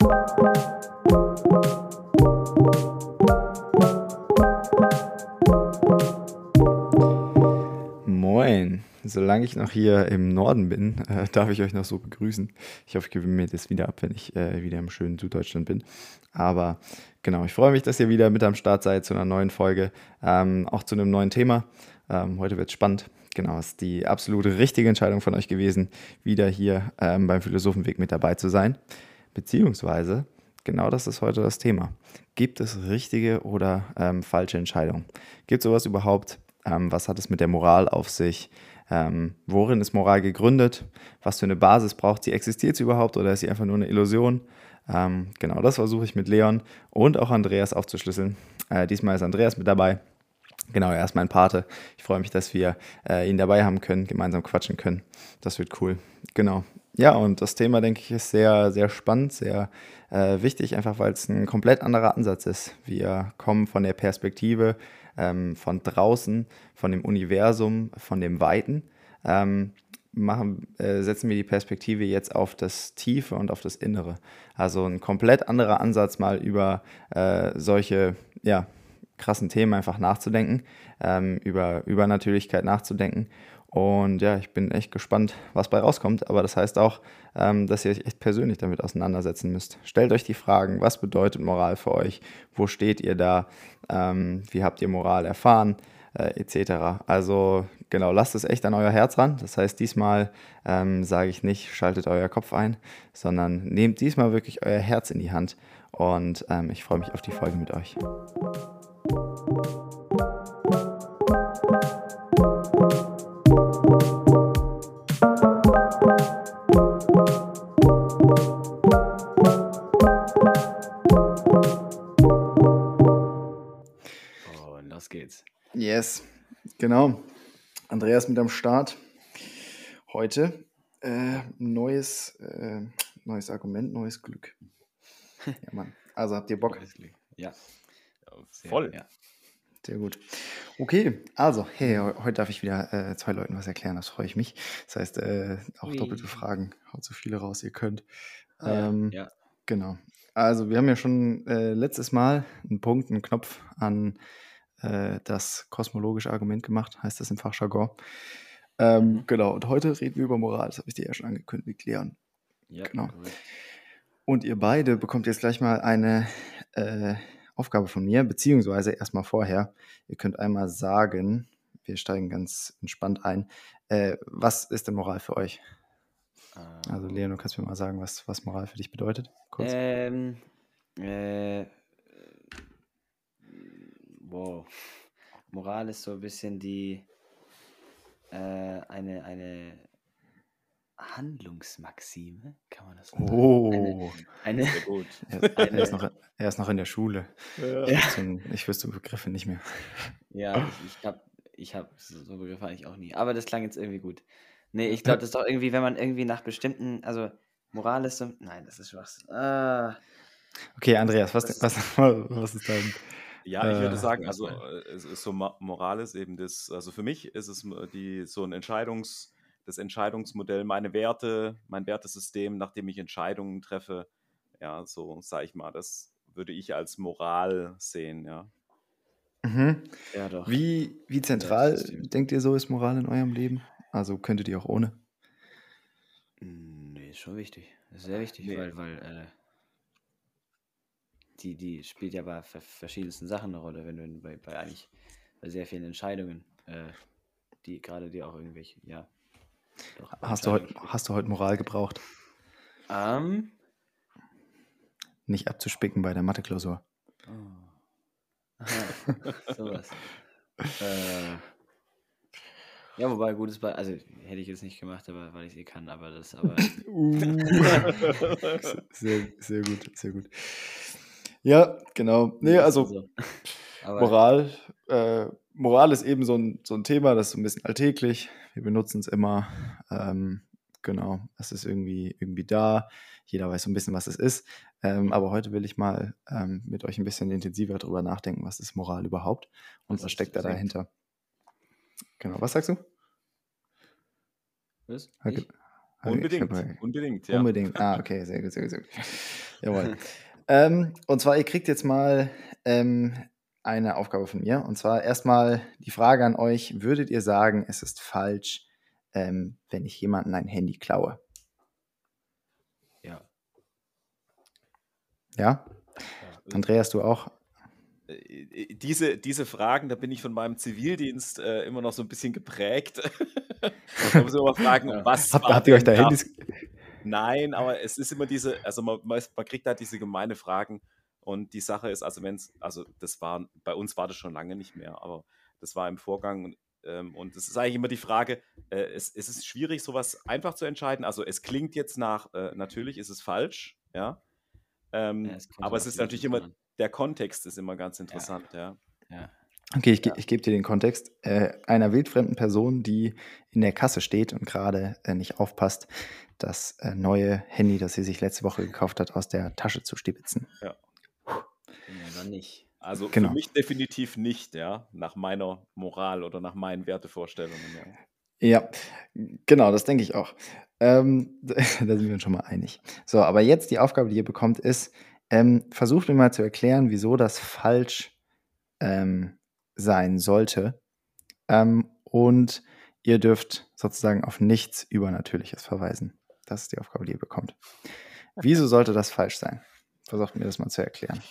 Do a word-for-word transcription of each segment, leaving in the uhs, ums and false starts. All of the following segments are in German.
Moin, solange ich noch hier im Norden bin, äh, darf ich euch noch so begrüßen. Ich hoffe, ich gewöhne mir das wieder ab, wenn ich äh, wieder im schönen Süddeutschland bin. Aber genau, ich freue mich, dass ihr wieder mit am Start seid zu einer neuen Folge, ähm, auch zu einem neuen Thema. Ähm, heute wird es spannend. Genau, es ist die absolute richtige Entscheidung von euch gewesen, wieder hier ähm, beim Philosophenweg mit dabei zu sein. Beziehungsweise, genau das ist heute das Thema. Gibt es richtige oder ähm, falsche Entscheidungen? Gibt es sowas überhaupt? Ähm, was hat es mit der Moral auf sich? Ähm, worin ist Moral gegründet? Was für eine Basis braucht sie? Existiert sie überhaupt oder ist sie einfach nur eine Illusion? Ähm, genau, das versuche ich mit Leon und auch Andreas aufzuschlüsseln. Äh, diesmal ist Andreas mit dabei. Genau, er ist mein Pate. Ich freue mich, dass wir äh, ihn dabei haben können, gemeinsam quatschen können. Das wird cool. Genau. Ja, und das Thema, denke ich, ist sehr, sehr spannend, sehr äh, wichtig, einfach weil es ein komplett anderer Ansatz ist. Wir kommen von der Perspektive ähm, von draußen, von dem Universum, von dem Weiten. Ähm, machen, äh, setzen wir die Perspektive jetzt auf das Tiefe und auf das Innere. Also ein komplett anderer Ansatz, mal über äh, solche, ja, krassen Themen einfach nachzudenken, ähm, über Übernatürlichkeit nachzudenken. Und ja, ich bin echt gespannt, was bei rauskommt. Aber das heißt auch, ähm, dass ihr euch echt persönlich damit auseinandersetzen müsst. Stellt euch die Fragen, was bedeutet Moral für euch? Wo steht ihr da? Ähm, wie habt ihr Moral erfahren? Äh, et cetera. Also genau, lasst es echt an euer Herz ran. Das heißt, diesmal ähm, sage ich nicht, schaltet euer Kopf ein, sondern nehmt diesmal wirklich euer Herz in die Hand. Und ähm, ich freue mich auf die Folge mit euch. Und los geht's. Yes, genau. Andreas mit am Start. Heute äh, neues, äh, neues Argument, neues Glück. Ja, Mann. Also habt ihr Bock? Neues Glück. Ja. Sehr, Voll. Ja. Sehr gut. Okay, also, hey, he- heute darf ich wieder äh, zwei Leuten was erklären, das freue ich mich. Das heißt, äh, auch Ui. doppelte Fragen, haut so viele raus, ihr könnt. Ah, ja, Ähm, ja. Genau. Also, wir haben ja schon äh, letztes Mal einen Punkt, einen Knopf an äh, das kosmologische Argument gemacht, heißt das im Fachjargon. Ähm, Mhm. Genau, und heute reden wir über Moral, das habe ich dir ja schon angekündigt, Leon. Ja, Genau. korrekt. Und ihr beide bekommt jetzt gleich mal eine äh, Aufgabe von mir, beziehungsweise erstmal vorher. Ihr könnt einmal sagen, wir steigen ganz entspannt ein, äh, was ist denn Moral für euch? Also Ähm, Leon, du kannst mir mal sagen, was, was Moral für dich bedeutet? Kurz. ähm, äh, wow. Moral ist so ein bisschen die äh, eine, eine Handlungsmaxime, kann man das so sagen? Oh, Eine, Sehr gut. er, er, ist eine, noch, er ist noch in der Schule. Ja. Ich wüsste so, ich wüsste so Begriffe nicht mehr. ja, ich, ich habe ich hab so so Begriffe eigentlich auch nie. Aber das klang jetzt irgendwie gut. Nee, ich glaube, das ist doch irgendwie, wenn man irgendwie nach bestimmten, also Moral ist so, nein, das ist Schwachsinn. Ah, Okay, Andreas, was, das ist, was, was ist dein... Ja, ich würde Äh, sagen, was also mein, äh, es ist so Ma- Moral ist eben das, also für mich ist es äh, die so ein Entscheidungs, das Entscheidungsmodell, meine Werte, mein Wertesystem, nachdem ich Entscheidungen treffe, ja, so sage ich mal, das würde ich als Moral sehen, ja. mhm. ja doch, Wie, wie zentral Wertesystem. denkt ihr so ist Moral in eurem Leben? Also könntet ihr auch ohne? Mm, Nee, ist schon wichtig. Ist sehr wichtig, Nee, weil, weil äh, die, die spielt ja bei ver- verschiedensten Sachen eine Rolle, wenn du in- bei, bei eigentlich bei sehr vielen Entscheidungen, äh, die gerade dir auch irgendwelche, ja, doch bei Hast du heute, Entscheidungen spielt. hast du heute Moral gebraucht? Ähm, Nicht abzuspicken bei der Mathe-Klausur. oh. Aha, sowas. Äh, ja, wobei gutes Beispiel, also hätte ich jetzt nicht gemacht, aber weil ich es eh kann, aber das, aber Uh. sehr, sehr gut, sehr gut. Ja, genau. Nee, nee, ist also so. Aber Moral, äh, Moral ist eben so ein, so ein Thema, das ist so ein bisschen alltäglich. Wir benutzen es immer. Ähm, genau, es ist irgendwie, irgendwie da. Jeder weiß so ein bisschen, was es ist. Ähm, aber heute will ich mal ähm, mit euch ein bisschen intensiver drüber nachdenken, was ist Moral überhaupt und das was ist steckt da perfekt. dahinter. Genau, was sagst du? Was? Ja, ge- Ich? Also ich Unbedingt, habe unbedingt, ja. unbedingt. Ah, okay, sehr gut, sehr gut, sehr gut. Jawohl. ähm, und zwar, ihr kriegt jetzt mal ähm, eine Aufgabe von mir. Und zwar erstmal die Frage an euch: Würdet ihr sagen, es ist falsch, ähm, wenn ich jemanden ein Handy klaue? Ja. Ja? Ja, Andreas, du auch? äh, diese, diese Fragen, da bin ich von meinem Zivildienst äh, immer noch so ein bisschen geprägt. Da muss ich immer fragen, Ja. was Habt, war habt ihr euch denn da da? Handys... Nein, aber es ist immer diese, also man, man man kriegt halt diese gemeine Fragen und die Sache ist, also wenn es, also das war, bei uns war das schon lange nicht mehr, aber das war im Vorgang ähm, und es ist eigentlich immer die Frage, äh, es, es ist schwierig, sowas einfach zu entscheiden. Also es klingt jetzt nach, äh, natürlich ist es falsch, ja, Ja, ähm, es kommt aber halt es auf ist die natürlich Situation immer, an. der Kontext ist immer ganz Ja, interessant, ja. ja. Okay, ich, ge- Ja. ich gebe dir den Kontext. Äh, einer wildfremden Person, die in der Kasse steht und gerade äh, nicht aufpasst, das äh, neue Handy, das sie sich letzte Woche gekauft hat, aus der Tasche zu stibitzen. Ja. Ja, dann nicht. Also für Genau. mich definitiv nicht, ja, nach meiner Moral oder nach meinen Wertevorstellungen, ja. Ja, genau, das denke ich auch. Ähm, da sind wir uns schon mal einig. So, aber jetzt die Aufgabe, die ihr bekommt, ist, ähm, versucht mir mal zu erklären, wieso das falsch ähm, sein sollte. Ähm, und ihr dürft sozusagen auf nichts Übernatürliches verweisen. Das ist die Aufgabe, die ihr bekommt. Wieso sollte das falsch sein? Versucht mir das mal zu erklären.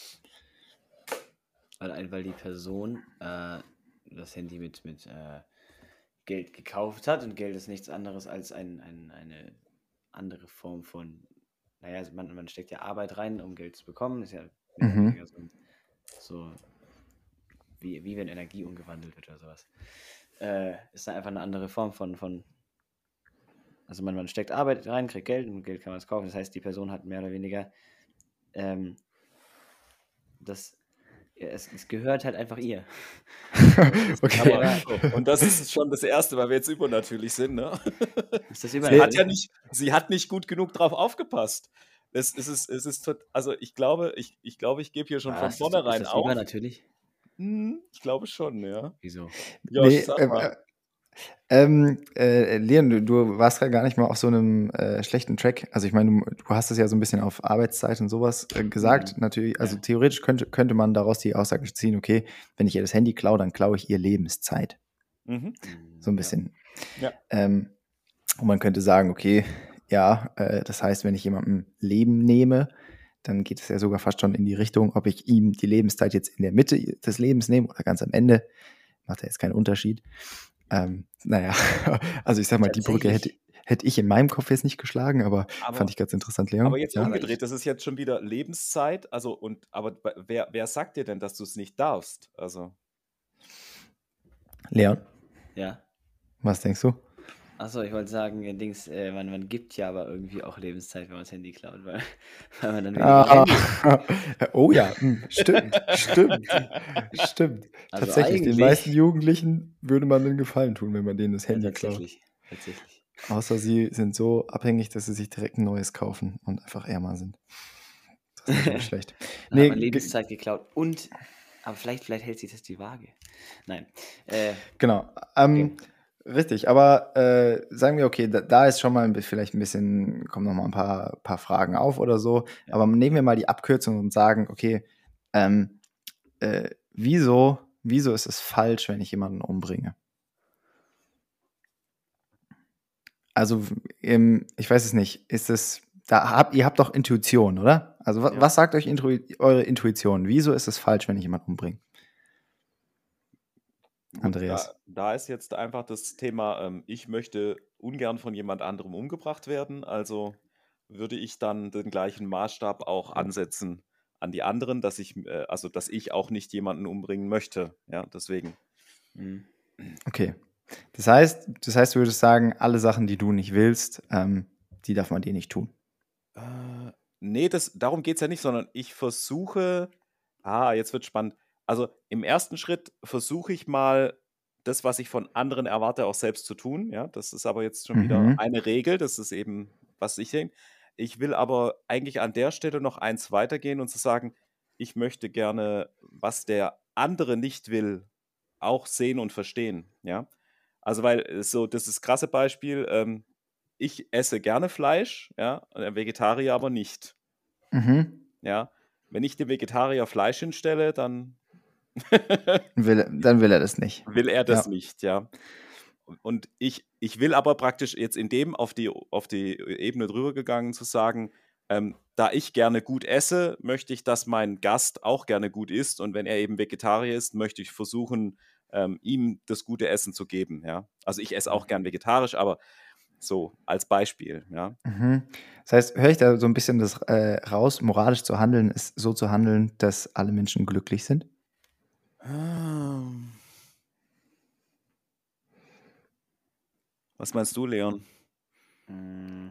Weil, weil die Person äh, das Handy mit, mit äh, Geld gekauft hat und Geld ist nichts anderes als ein, ein, eine andere Form von, naja, also man, man steckt ja Arbeit rein, um Geld zu bekommen, ist ja mehr oder Mhm. weniger so, so wie, wie wenn Energie umgewandelt wird oder sowas. Äh, ist da einfach eine andere Form von, von also man, man steckt Arbeit rein, kriegt Geld und mit Geld kann man es kaufen. Das heißt, die Person hat mehr oder weniger ähm, das, ja, es, es gehört halt einfach ihr. Okay. Aber So, und das ist schon das Erste, weil wir jetzt übernatürlich sind, ne? ist das Sie hat übernatürlich? ja nicht, sie hat nicht gut genug drauf aufgepasst. Es, es ist, es ist, tot- also ich glaube, ich, ich glaube, ich gebe hier schon von Was? Ist, ist vornherein das auf. übernatürlich? Hm, ich glaube schon, ja. Wieso? Josh, Nee, sag äh, mal. äh, ähm, äh, Leon, du, du warst ja gar nicht mal auf so einem äh, schlechten Track. Also ich meine, du, du hast es ja so ein bisschen auf Arbeitszeit und sowas äh, gesagt. Mhm. Natürlich, also Ja. theoretisch könnte, könnte man daraus die Aussage ziehen, okay, wenn ich ihr das Handy klaue, dann klaue ich ihr Lebenszeit. Mhm. So ein Mhm. bisschen. Ja. Ähm, und man könnte sagen, okay, ja, äh, das heißt, wenn ich jemandem Leben nehme, dann geht es ja sogar fast schon in die Richtung, ob ich ihm die Lebenszeit jetzt in der Mitte des Lebens nehme oder ganz am Ende. Macht ja jetzt keinen Unterschied. Ähm, naja, also ich sag mal, die Brücke hätte, Tatsächlich. hätte ich in meinem Kopf jetzt nicht geschlagen, aber, fand Aber, ich ganz interessant, Leon. aber jetzt Ja? Aber ich, umgedreht, das ist jetzt schon wieder Lebenszeit. Also, und aber wer, wer sagt dir denn, dass du es nicht darfst? Also, Leon, ja. was denkst du? Achso, ich wollte sagen, äh, Dings, äh, man, man gibt ja aber irgendwie auch Lebenszeit, wenn man das Handy klaut, weil, weil man dann weniger Ah, Handy hat. oh ja, hm, stimmt, stimmt, stimmt. Also Tatsächlich, den meisten eigentlich. Jugendlichen würde man einen Gefallen tun, wenn man denen das Ja, Handy klaut. tatsächlich. Tatsächlich. Außer sie sind so abhängig, dass sie sich direkt ein neues kaufen und einfach ärmer sind. Das ist natürlich schlecht. Dann hat man Nee, ge- Lebenszeit geklaut und, aber vielleicht, vielleicht hält sich das die Waage. Nein. Äh, genau. Ähm, okay. richtig, aber äh, sagen wir, okay, da, da ist schon mal ein bi- vielleicht ein bisschen, kommen noch mal ein paar, paar Fragen auf oder so. Ja. Aber nehmen wir mal die Abkürzung und sagen, okay, ähm, äh, wieso, wieso ist es falsch, wenn ich jemanden umbringe? Also, ähm, ich weiß es nicht, ist es, da habt, ihr habt doch Intuition, oder? Also, wa- Ja. was sagt euch Intui eure Intuition? Wieso ist es falsch, wenn ich jemanden umbringe? Gut, Andreas. da, da ist jetzt einfach das Thema, ähm, ich möchte ungern von jemand anderem umgebracht werden, also würde ich dann den gleichen Maßstab auch ansetzen an die anderen, dass ich, äh, also dass ich auch nicht jemanden umbringen möchte. Ja, deswegen. Mhm. Okay. Das heißt, das heißt, du würdest sagen, alle Sachen, die du nicht willst, ähm, die darf man dir nicht tun. Äh, nee, das, darum geht es ja nicht, sondern ich versuche, ah, jetzt wird spannend. Also im ersten Schritt versuche ich mal, das, was ich von anderen erwarte, auch selbst zu tun. Ja, das ist aber jetzt schon wieder Mhm. eine Regel, das ist eben, was ich denke. Ich will aber eigentlich an der Stelle noch eins weitergehen und zu sagen, ich möchte gerne, was der andere nicht will, auch sehen und verstehen. Ja, also weil äh, so, das ist das krasse Beispiel. Ähm, ich esse gerne Fleisch, ja, der Vegetarier aber nicht. Mhm. Ja, wenn ich dem Vegetarier Fleisch hinstelle, dann Will, dann will er das nicht. will er das Ja. nicht, ja. Und ich, ich will aber praktisch jetzt in dem auf die, auf die Ebene drüber gegangen zu sagen, ähm, da ich gerne gut esse, möchte ich, dass mein Gast auch gerne gut isst. Und wenn er eben Vegetarier ist, möchte ich versuchen, ähm, ihm das gute Essen zu geben. Ja? Also ich esse auch gern vegetarisch, aber so als Beispiel. Ja? Mhm. Das heißt, höre ich da so ein bisschen das äh, raus, moralisch zu handeln, ist so zu handeln, dass alle Menschen glücklich sind? Was meinst du, Leon? Mm.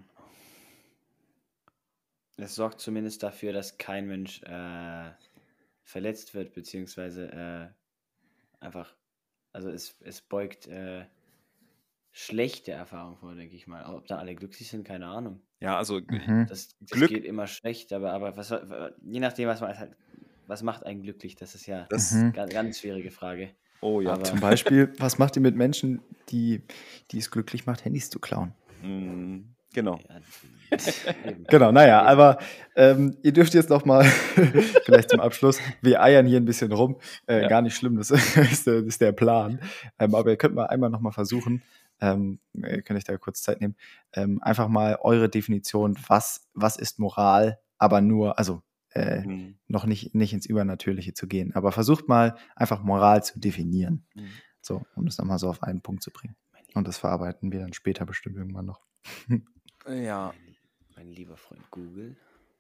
Es sorgt zumindest dafür, dass kein Mensch äh, verletzt wird, beziehungsweise äh, einfach, also es, es beugt äh, schlechte Erfahrungen vor, denke ich mal. Ob dann alle glücklich sind, keine Ahnung. Ja, also Mhm. Das, das Glück- geht immer schlecht, aber, aber was, je nachdem, was man halt, was macht einen glücklich, das ist ja das, Mhm. ganz, ganz schwierige Frage. oh ja. Aber Zum Beispiel, was macht ihr mit Menschen, die, die es glücklich macht, Handys zu klauen? Mm, genau. ja, eben. Genau, naja, Eben. aber ähm, ihr dürft jetzt noch mal, vielleicht zum Abschluss, wir eiern hier ein bisschen rum, äh, Ja. gar nicht schlimm, das ist, der- das ist der Plan, ähm, aber ihr könnt mal einmal noch mal versuchen, ähm, ihr könnt euch da kurz Zeit nehmen, ähm, einfach mal eure Definition, was, was ist Moral, aber nur, also äh, Mm, noch nicht, nicht ins Übernatürliche zu gehen, aber versucht mal einfach Moral zu definieren, mm. so, um das nochmal so auf einen Punkt zu bringen. Und das verarbeiten wir dann später bestimmt irgendwann noch. Ja. Mein, mein lieber Freund Google.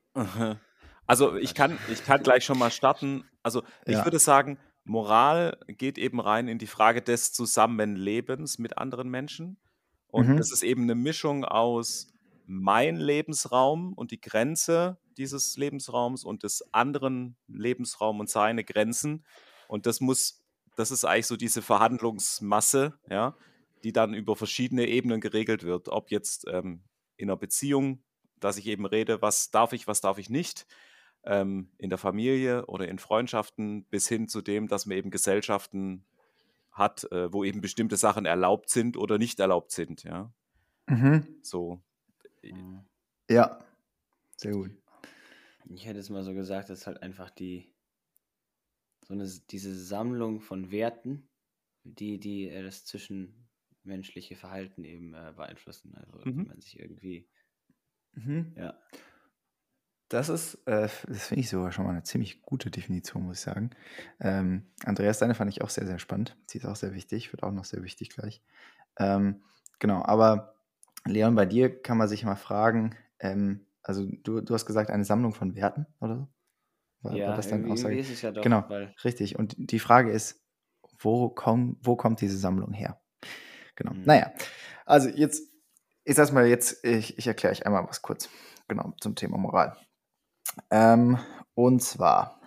Also ich kann, ich kann gleich schon mal starten. Also ich Ja. würde sagen, Moral geht eben rein in die Frage des Zusammenlebens mit anderen Menschen. Und Mhm. das ist eben eine Mischung aus mein Lebensraum und die Grenze dieses Lebensraums und des anderen Lebensraums und seine Grenzen. Und das muss, das ist eigentlich so diese Verhandlungsmasse, ja, die dann über verschiedene Ebenen geregelt wird. Ob jetzt ähm, in einer Beziehung, dass ich eben rede, was darf ich, was darf ich nicht, ähm, in der Familie oder in Freundschaften, bis hin zu dem, dass man eben Gesellschaften hat, äh, wo eben bestimmte Sachen erlaubt sind oder nicht erlaubt sind, ja. Mhm. So. Mhm. Ja, sehr gut. Ich hätte jetzt mal so gesagt, das ist halt einfach die, so eine, diese Sammlung von Werten, die, die äh, das zwischenmenschliche Verhalten eben äh, beeinflussen. Also wie Mhm. man sich irgendwie, Mhm. ja. Das ist, äh, das finde ich sogar schon mal eine ziemlich gute Definition, muss ich sagen. Ähm, Andreas, deine fand ich auch sehr, sehr spannend. Sie ist auch sehr wichtig, wird auch noch sehr wichtig gleich. Ähm, genau, aber Leon, bei dir kann man sich mal fragen, ähm, also du, du hast gesagt, eine Sammlung von Werten, oder so? War, war Ja, das deine irgendwie, Aussage? irgendwie ist es ja doch, Genau, weil richtig. Und die Frage ist, wo, komm, wo kommt diese Sammlung her? Genau. Mhm. Naja, also jetzt ist erstmal jetzt, ich, ich erkläre euch einmal was kurz, genau, zum Thema Moral. Ähm, und zwar,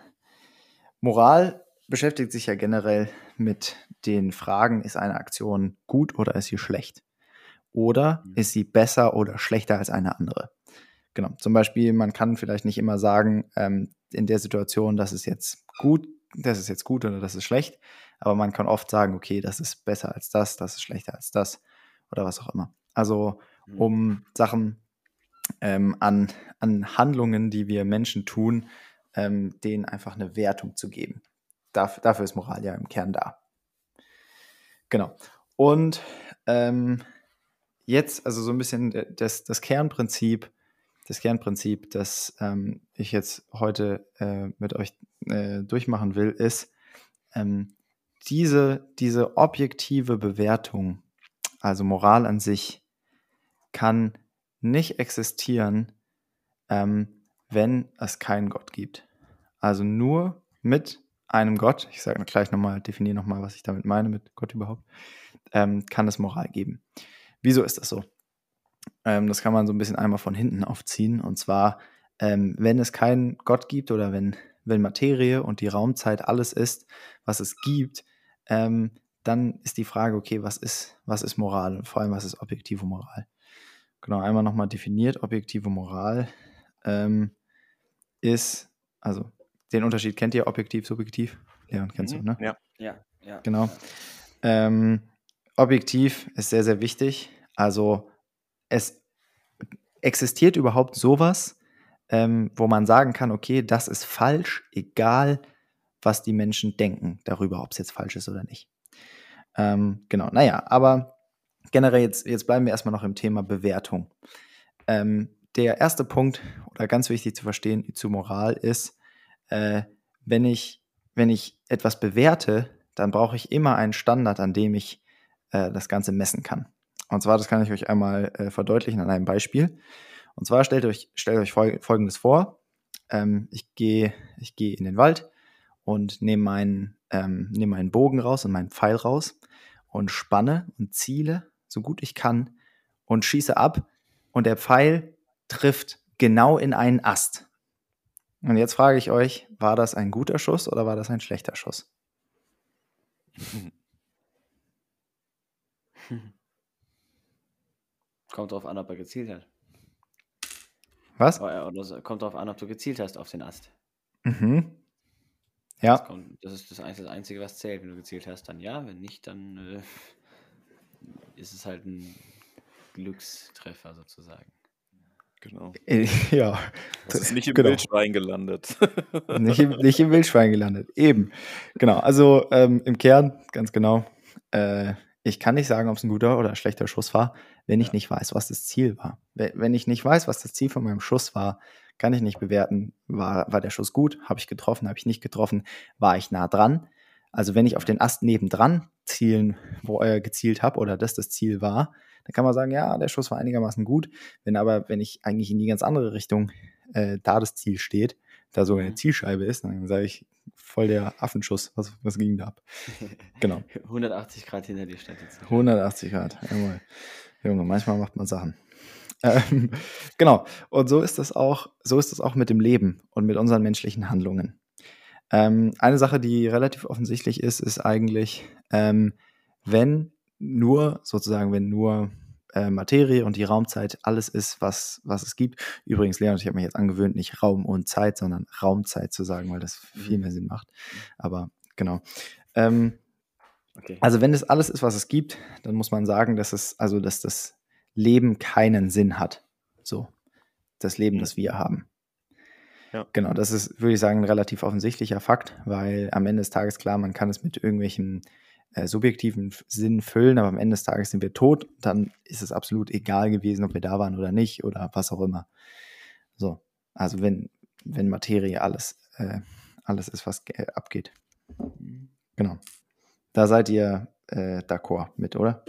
Moral beschäftigt sich ja generell mit den Fragen, ist eine Aktion gut oder ist sie schlecht? Oder Mhm. ist sie besser oder schlechter als eine andere? Genau, zum Beispiel, man kann vielleicht nicht immer sagen, ähm, in der Situation, das ist jetzt gut, das ist jetzt gut oder das ist schlecht, aber man kann oft sagen, okay, das ist besser als das, das ist schlechter als das oder was auch immer. Also Mhm. um Sachen ähm, an, an Handlungen, die wir Menschen tun, ähm, denen einfach eine Wertung zu geben. Daf- dafür ist Moral ja im Kern da. Genau. Und ähm, jetzt, also so ein bisschen das, das Kernprinzip, das Kernprinzip, das ähm, ich jetzt heute äh, mit euch äh, durchmachen will, ist ähm, diese, diese objektive Bewertung, also Moral an sich, kann nicht existieren, ähm, wenn es keinen Gott gibt. Also nur mit einem Gott, ich sage gleich nochmal, definiere nochmal, was ich damit meine, mit Gott überhaupt, ähm, kann es Moral geben. Wieso ist das so? Ähm, das kann man so ein bisschen einmal von hinten aufziehen. Und zwar, ähm, wenn es keinen Gott gibt oder wenn, wenn Materie und die Raumzeit alles ist, was es gibt, ähm, dann ist die Frage, okay, was ist, was ist Moral und vor allem, was ist objektive Moral? Genau, einmal nochmal definiert, objektive Moral ähm, ist, also den Unterschied kennt ihr, objektiv, subjektiv? Leon, kennst Mhm. du, ne? Ja. ja, ja. Genau. Ja. Ähm, objektiv ist sehr, sehr wichtig. Also es existiert überhaupt sowas, ähm, wo man sagen kann, okay, das ist falsch, egal was die Menschen denken darüber, ob es jetzt falsch ist oder nicht. Ähm, genau, naja, aber generell jetzt, jetzt bleiben wir erstmal noch im Thema Bewertung. Ähm, der erste Punkt, oder ganz wichtig zu verstehen zu Moral ist, äh, wenn ich, wenn ich etwas bewerte, dann brauche ich immer einen Standard, an dem ich äh, das Ganze messen kann. Und zwar, das kann ich euch einmal äh, verdeutlichen an einem Beispiel. Und zwar stellt euch, stellt euch fol- Folgendes vor. Ähm, ich gehe ich geh in den Wald und nehme meinen, ähm, nehme meinen Bogen raus und meinen Pfeil raus und spanne und ziele, so gut ich kann, und schieße ab. Und der Pfeil trifft genau in einen Ast. Und jetzt frage ich euch, war das ein guter Schuss oder war das ein schlechter Schuss? Kommt drauf an, ob er gezielt hat. Was? Oder, oder so- kommt drauf an, ob du gezielt hast auf den Ast. Mhm. Das, Ja, kommt, das ist das Einzige, das Einzige, was zählt. Wenn du gezielt hast, dann ja. Wenn nicht, dann äh, ist es halt ein Glückstreffer sozusagen. Genau. äh, ja, Das ist nicht im genau. Wildschwein gelandet. Nicht im, nicht im Wildschwein gelandet. Eben. Genau. Also ähm, im Kern, ganz genau, äh, ich kann nicht sagen, ob es ein guter oder ein schlechter Schuss war, wenn ich Ja. nicht weiß, was das Ziel war. Wenn wenn ich nicht weiß, was das Ziel von meinem Schuss war, kann ich nicht bewerten, war, war der Schuss gut, habe ich getroffen, habe ich nicht getroffen, war ich nah dran. Also wenn ich auf den Ast nebendran zielen, wo er gezielt habe oder das das Ziel war, dann kann man sagen, ja, der Schuss war einigermaßen gut. Wenn aber, wenn ich eigentlich in die ganz andere Richtung äh, da das Ziel steht, da so eine Mhm. Zielscheibe ist, dann sage ich, voll der Affenschuss, was, was ging da ab? Genau, hundertachtzig Grad hinter dir stand jetzt. nicht. hundertachtzig Grad, jawohl. Junge, manchmal macht man Sachen. Ähm, genau, und so ist das auch, so ist das auch mit dem Leben und mit unseren menschlichen Handlungen. Ähm, eine Sache, die relativ offensichtlich ist, ist eigentlich, ähm, wenn nur, sozusagen, wenn nur äh, Materie und die Raumzeit alles ist, was, was es gibt. Übrigens, Leon, ich habe mich jetzt angewöhnt, nicht Raum und Zeit, sondern Raumzeit zu sagen, weil das viel Mhm. mehr Sinn macht. Aber genau. Ähm, Okay. also wenn das alles ist, was es gibt, dann muss man sagen, dass es, also dass das Leben keinen Sinn hat. So, das Leben, Mhm. das wir haben. Ja. Genau, das ist, würde ich sagen, ein relativ offensichtlicher Fakt, weil am Ende des Tages, klar, man kann es mit irgendwelchen äh, subjektiven F- Sinn füllen, aber am Ende des Tages sind wir tot. Dann ist es absolut egal gewesen, ob wir da waren oder nicht oder was auch immer. So, also wenn, wenn Materie alles, äh, alles ist, was äh, abgeht. Mhm. Genau. Da seid ihr äh, d'accord mit, oder?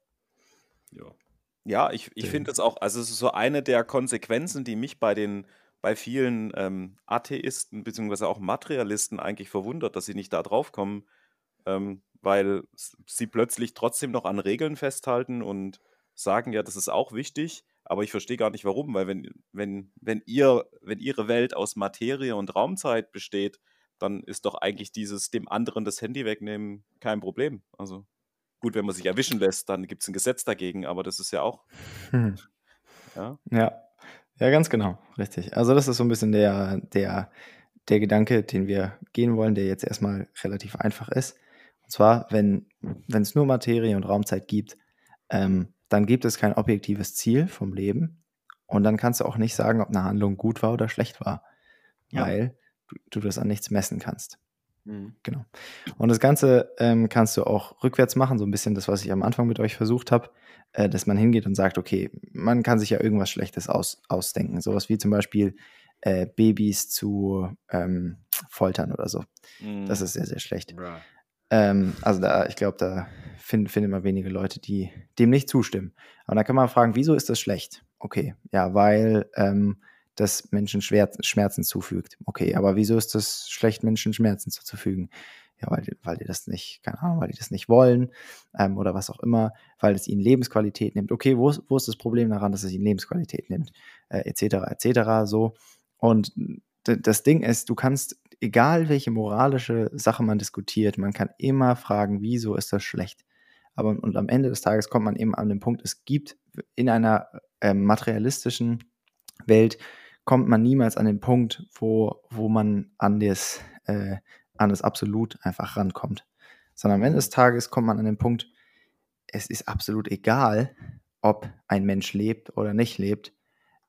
Ja, ja ich, ich Sehr finde gut. es auch, also es ist so eine der Konsequenzen, die mich bei den, bei vielen ähm, Atheisten beziehungsweise auch Materialisten eigentlich verwundert, dass sie nicht da drauf kommen, ähm, weil s- sie plötzlich trotzdem noch an Regeln festhalten und sagen, ja, das ist auch wichtig, aber ich verstehe gar nicht warum, weil wenn, wenn, wenn ihr, wenn ihre Welt aus Materie und Raumzeit besteht, dann ist doch eigentlich dieses dem anderen das Handy wegnehmen kein Problem. Also gut, wenn man sich erwischen lässt, dann gibt es ein Gesetz dagegen, aber das ist ja auch, Hm. ja. Ja, ja, ganz genau, richtig. Also das ist so ein bisschen der, der, der Gedanke, den wir gehen wollen, der jetzt erstmal relativ einfach ist. Und zwar, wenn wenn es nur Materie und Raumzeit gibt, ähm, dann gibt es kein objektives Ziel vom Leben. Und dann kannst du auch nicht sagen, ob eine Handlung gut war oder schlecht war, Ja. weil du, du das an nichts messen kannst. Mhm. Genau. Und das Ganze ähm, kannst du auch rückwärts machen, so ein bisschen das, was ich am Anfang mit euch versucht habe, äh, dass man hingeht und sagt, okay, man kann sich ja irgendwas Schlechtes aus, ausdenken. Sowas wie zum Beispiel äh, Babys zu ähm, foltern oder so. Das Mhm. ist sehr, sehr schlecht. Bra. Ähm, also da, ich glaube, da finden find immer wenige Leute, die dem nicht zustimmen. Aber da kann man fragen, wieso ist das schlecht? Okay, ja, weil ähm, das Menschen Schwer Schmerzen zufügt. Okay, aber wieso ist das schlecht, Menschen Schmerzen zuzufügen? Ja, weil, die- weil die das nicht, keine Ahnung, weil die das nicht wollen ähm, oder was auch immer, weil es ihnen Lebensqualität nimmt. Okay, wo ist, wo ist das Problem daran, dass es ihnen Lebensqualität nimmt? Äh, et cetera, et cetera, so. Und d- das Ding ist, du kannst, egal welche moralische Sache man diskutiert, man kann immer fragen, wieso ist das schlecht? Aber und am Ende des Tages kommt man eben an den Punkt, es gibt in einer ähm, materialistischen Welt kommt man niemals an den Punkt, wo, wo man an das, äh, an das Absolut einfach rankommt. Sondern am Ende des Tages kommt man an den Punkt, es ist absolut egal, ob ein Mensch lebt oder nicht lebt.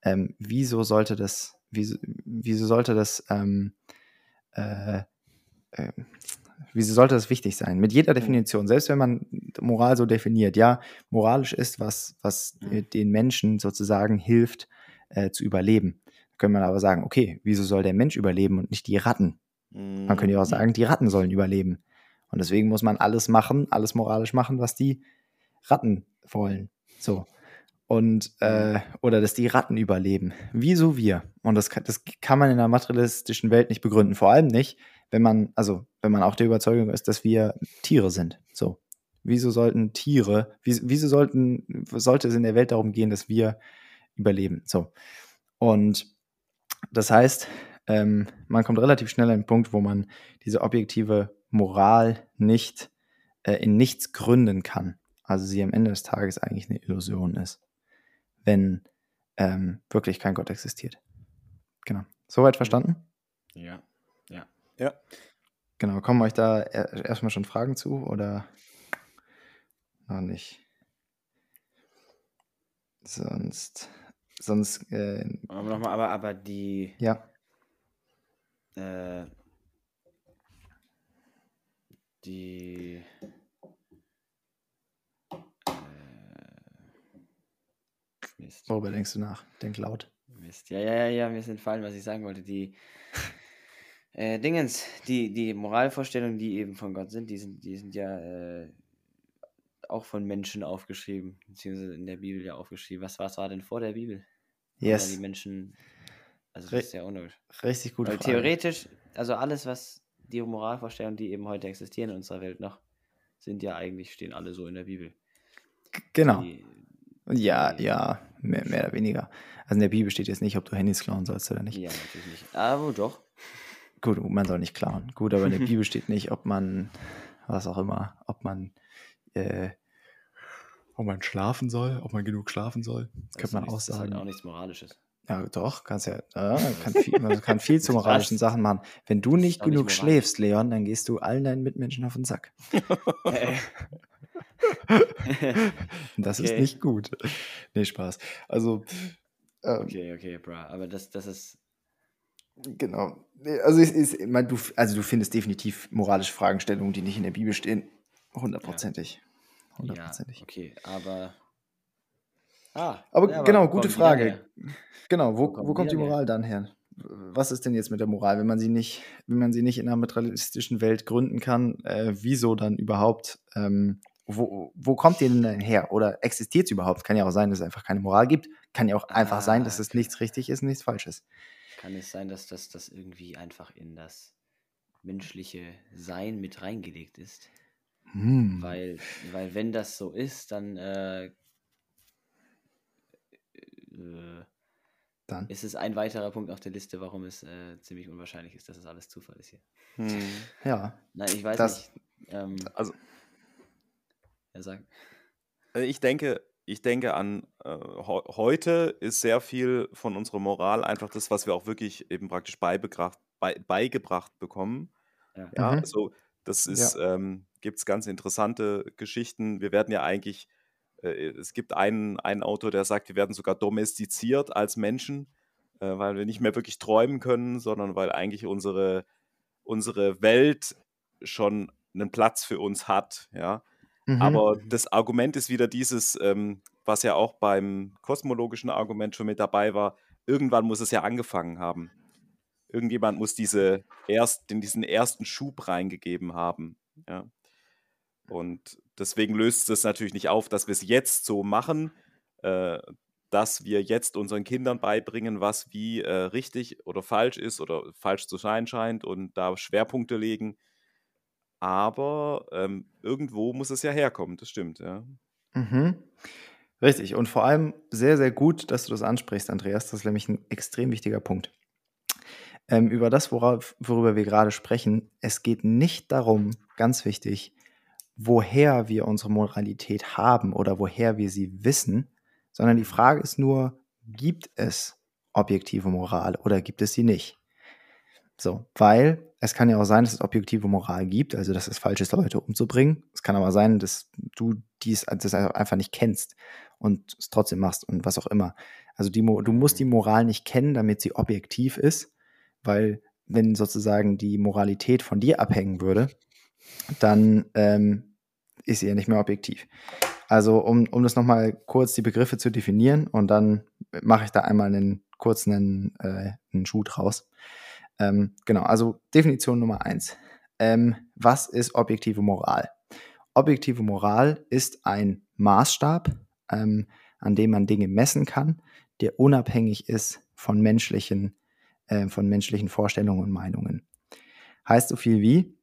ähm, wieso sollte das, wieso, wieso sollte das, ähm, äh, äh, wieso sollte das wichtig sein? Mit jeder Definition, selbst wenn man Moral so definiert, ja, moralisch ist was, was Mhm. den Menschen sozusagen hilft, äh, zu überleben. Da kann man aber sagen, okay, wieso soll der Mensch überleben und nicht die Ratten? Man könnte ja auch sagen, die Ratten sollen überleben. Und deswegen muss man alles machen, alles moralisch machen, was die Ratten wollen. So. Und, äh, oder dass die Ratten überleben. Wieso wir? Und das kann, das kann man in einer materialistischen Welt nicht begründen. Vor allem nicht, wenn man, also wenn man auch der Überzeugung ist, dass wir Tiere sind. So. Wieso sollten Tiere, wie, wieso sollten, sollte es in der Welt darum gehen, dass wir überleben? So. Und das heißt, ähm, man kommt relativ schnell an den Punkt, wo man diese objektive Moral nicht äh, in nichts gründen kann. Also sie am Ende des Tages eigentlich eine Illusion ist, wenn ähm, wirklich kein Gott existiert. Genau. Soweit verstanden? Ja, ja. Ja. Genau. Kommen euch da er- erstmal schon Fragen zu oder noch nicht? Sonst, sonst, äh, Aber nochmal, aber, aber die, ja. äh, die, äh, Mist. Worüber denkst du nach? Denk laut. Mist. Ja, ja, ja, ja, mir ist entfallen, was ich sagen wollte. Die äh, Dingens, die, die Moralvorstellungen, die eben von Gott sind, die sind, die sind ja äh, auch von Menschen aufgeschrieben, beziehungsweise in der Bibel ja aufgeschrieben. Was, was war denn vor der Bibel? Haben da die Yes. Menschen, also Re- das ist ja unlogisch. Richtig gute Weil Frage. theoretisch, also alles, was die Moralvorstellungen, die eben heute existieren in unserer Welt noch, sind ja eigentlich, stehen alle so in der Bibel. Genau. Die, Ja, die- ja, mehr, mehr oder weniger. Also in der Bibel steht jetzt nicht, ob du Handys klauen sollst oder nicht. ja, natürlich nicht. Aber doch. Gut, man soll nicht klauen. Gut, aber in der Bibel steht nicht, ob man, was auch immer, ob man, äh, ob man schlafen soll, ob man genug schlafen soll. Das könnte man auch Das ist halt sagen. auch nichts Moralisches. Ja, doch, kannst ja, ja kann viel, man kann viel zu moralischen Was? Sachen machen. Wenn du Das nicht ist doch nicht genug moralisch. schläfst, Leon, dann gehst du allen deinen Mitmenschen auf den Sack. Äh. Und das ist Okay. nicht gut. Nee, Spaß. Also, ähm, Okay, okay, bro. Aber das, das ist. genau. Nee, Also, es ist, ich meine, du, also du findest definitiv moralische Fragestellungen, die nicht in der Bibel stehen. Hundertprozentig. Ja, Hundertprozentig. okay, aber. Ah, Aber ja, genau, wo gute kommen die dann Frage. her? Genau, wo, Wo kommen wo die kommt die dann her? Moral dann her? Was ist denn jetzt mit der Moral, wenn man sie nicht, wenn man sie nicht in einer materialistischen Welt gründen kann? Äh, wieso dann überhaupt? Ähm, wo, wo kommt die denn her? Oder existiert sie überhaupt? Kann ja auch sein, dass es einfach keine Moral gibt. Kann ja auch einfach sein, dass Ah, es okay. nichts richtig ist und nichts falsch ist. Kann es sein, dass das, das irgendwie einfach in das menschliche Sein mit reingelegt ist? Hm. Weil, weil wenn das so ist, dann äh, äh, Dann. ist es ein weiterer Punkt auf der Liste, warum es äh, ziemlich unwahrscheinlich ist, dass es alles Zufall ist hier. Hm. Ja. Nein, ich weiß Das- nicht. Ähm, Also ja, sag. Äh, Ich denke, ich denke an äh, heu- heute ist sehr viel von unserer Moral einfach das, was wir auch wirklich eben praktisch beigebracht, bei, beigebracht bekommen. Ja. Ja, Mhm. also das ist, ähm, gibt es ganz interessante Geschichten. Wir werden ja eigentlich, äh, es gibt einen, einen Autor, der sagt, wir werden sogar domestiziert als Menschen, äh, weil wir nicht mehr wirklich träumen können, sondern weil eigentlich unsere, unsere Welt schon einen Platz für uns hat, ja. Mhm. Aber Mhm. das Argument ist wieder dieses, ähm, was ja auch beim kosmologischen Argument schon mit dabei war, irgendwann muss es ja angefangen haben. Irgendjemand muss diese erst, den, diesen ersten Schub reingegeben haben. Ja. Und deswegen löst es natürlich nicht auf, dass wir es jetzt so machen, äh, dass wir jetzt unseren Kindern beibringen, was wie äh, richtig oder falsch ist oder falsch zu sein scheint und da Schwerpunkte legen. Aber ähm, irgendwo muss es ja herkommen, das stimmt, ja. Mhm. Richtig. Und vor allem sehr, sehr gut, dass du das ansprichst, Andreas. Das ist nämlich ein extrem wichtiger Punkt. Ähm, über das, worauf, worüber wir gerade sprechen, es geht nicht darum, ganz wichtig, woher wir unsere Moralität haben oder woher wir sie wissen, sondern die Frage ist nur, gibt es objektive Moral oder gibt es sie nicht? So, weil es kann ja auch sein, dass es objektive Moral gibt, also dass es falsch ist, Leute umzubringen. Es kann aber sein, dass du dies das einfach nicht kennst und es trotzdem machst und was auch immer. Also die, Mo- du musst die Moral nicht kennen, damit sie objektiv ist, weil wenn sozusagen die Moralität von dir abhängen würde, dann ähm, ist sie ja nicht mehr objektiv. Also um, um das nochmal kurz die Begriffe zu definieren und dann mache ich da einmal einen kurzen einen, äh, einen Schuh draus. Ähm, genau, also Definition Nummer eins. Ähm, was ist objektive Moral? Objektive Moral ist ein Maßstab, ähm, an dem man Dinge messen kann, der unabhängig ist von menschlichen, äh, von menschlichen Vorstellungen und Meinungen. Heißt so viel wie,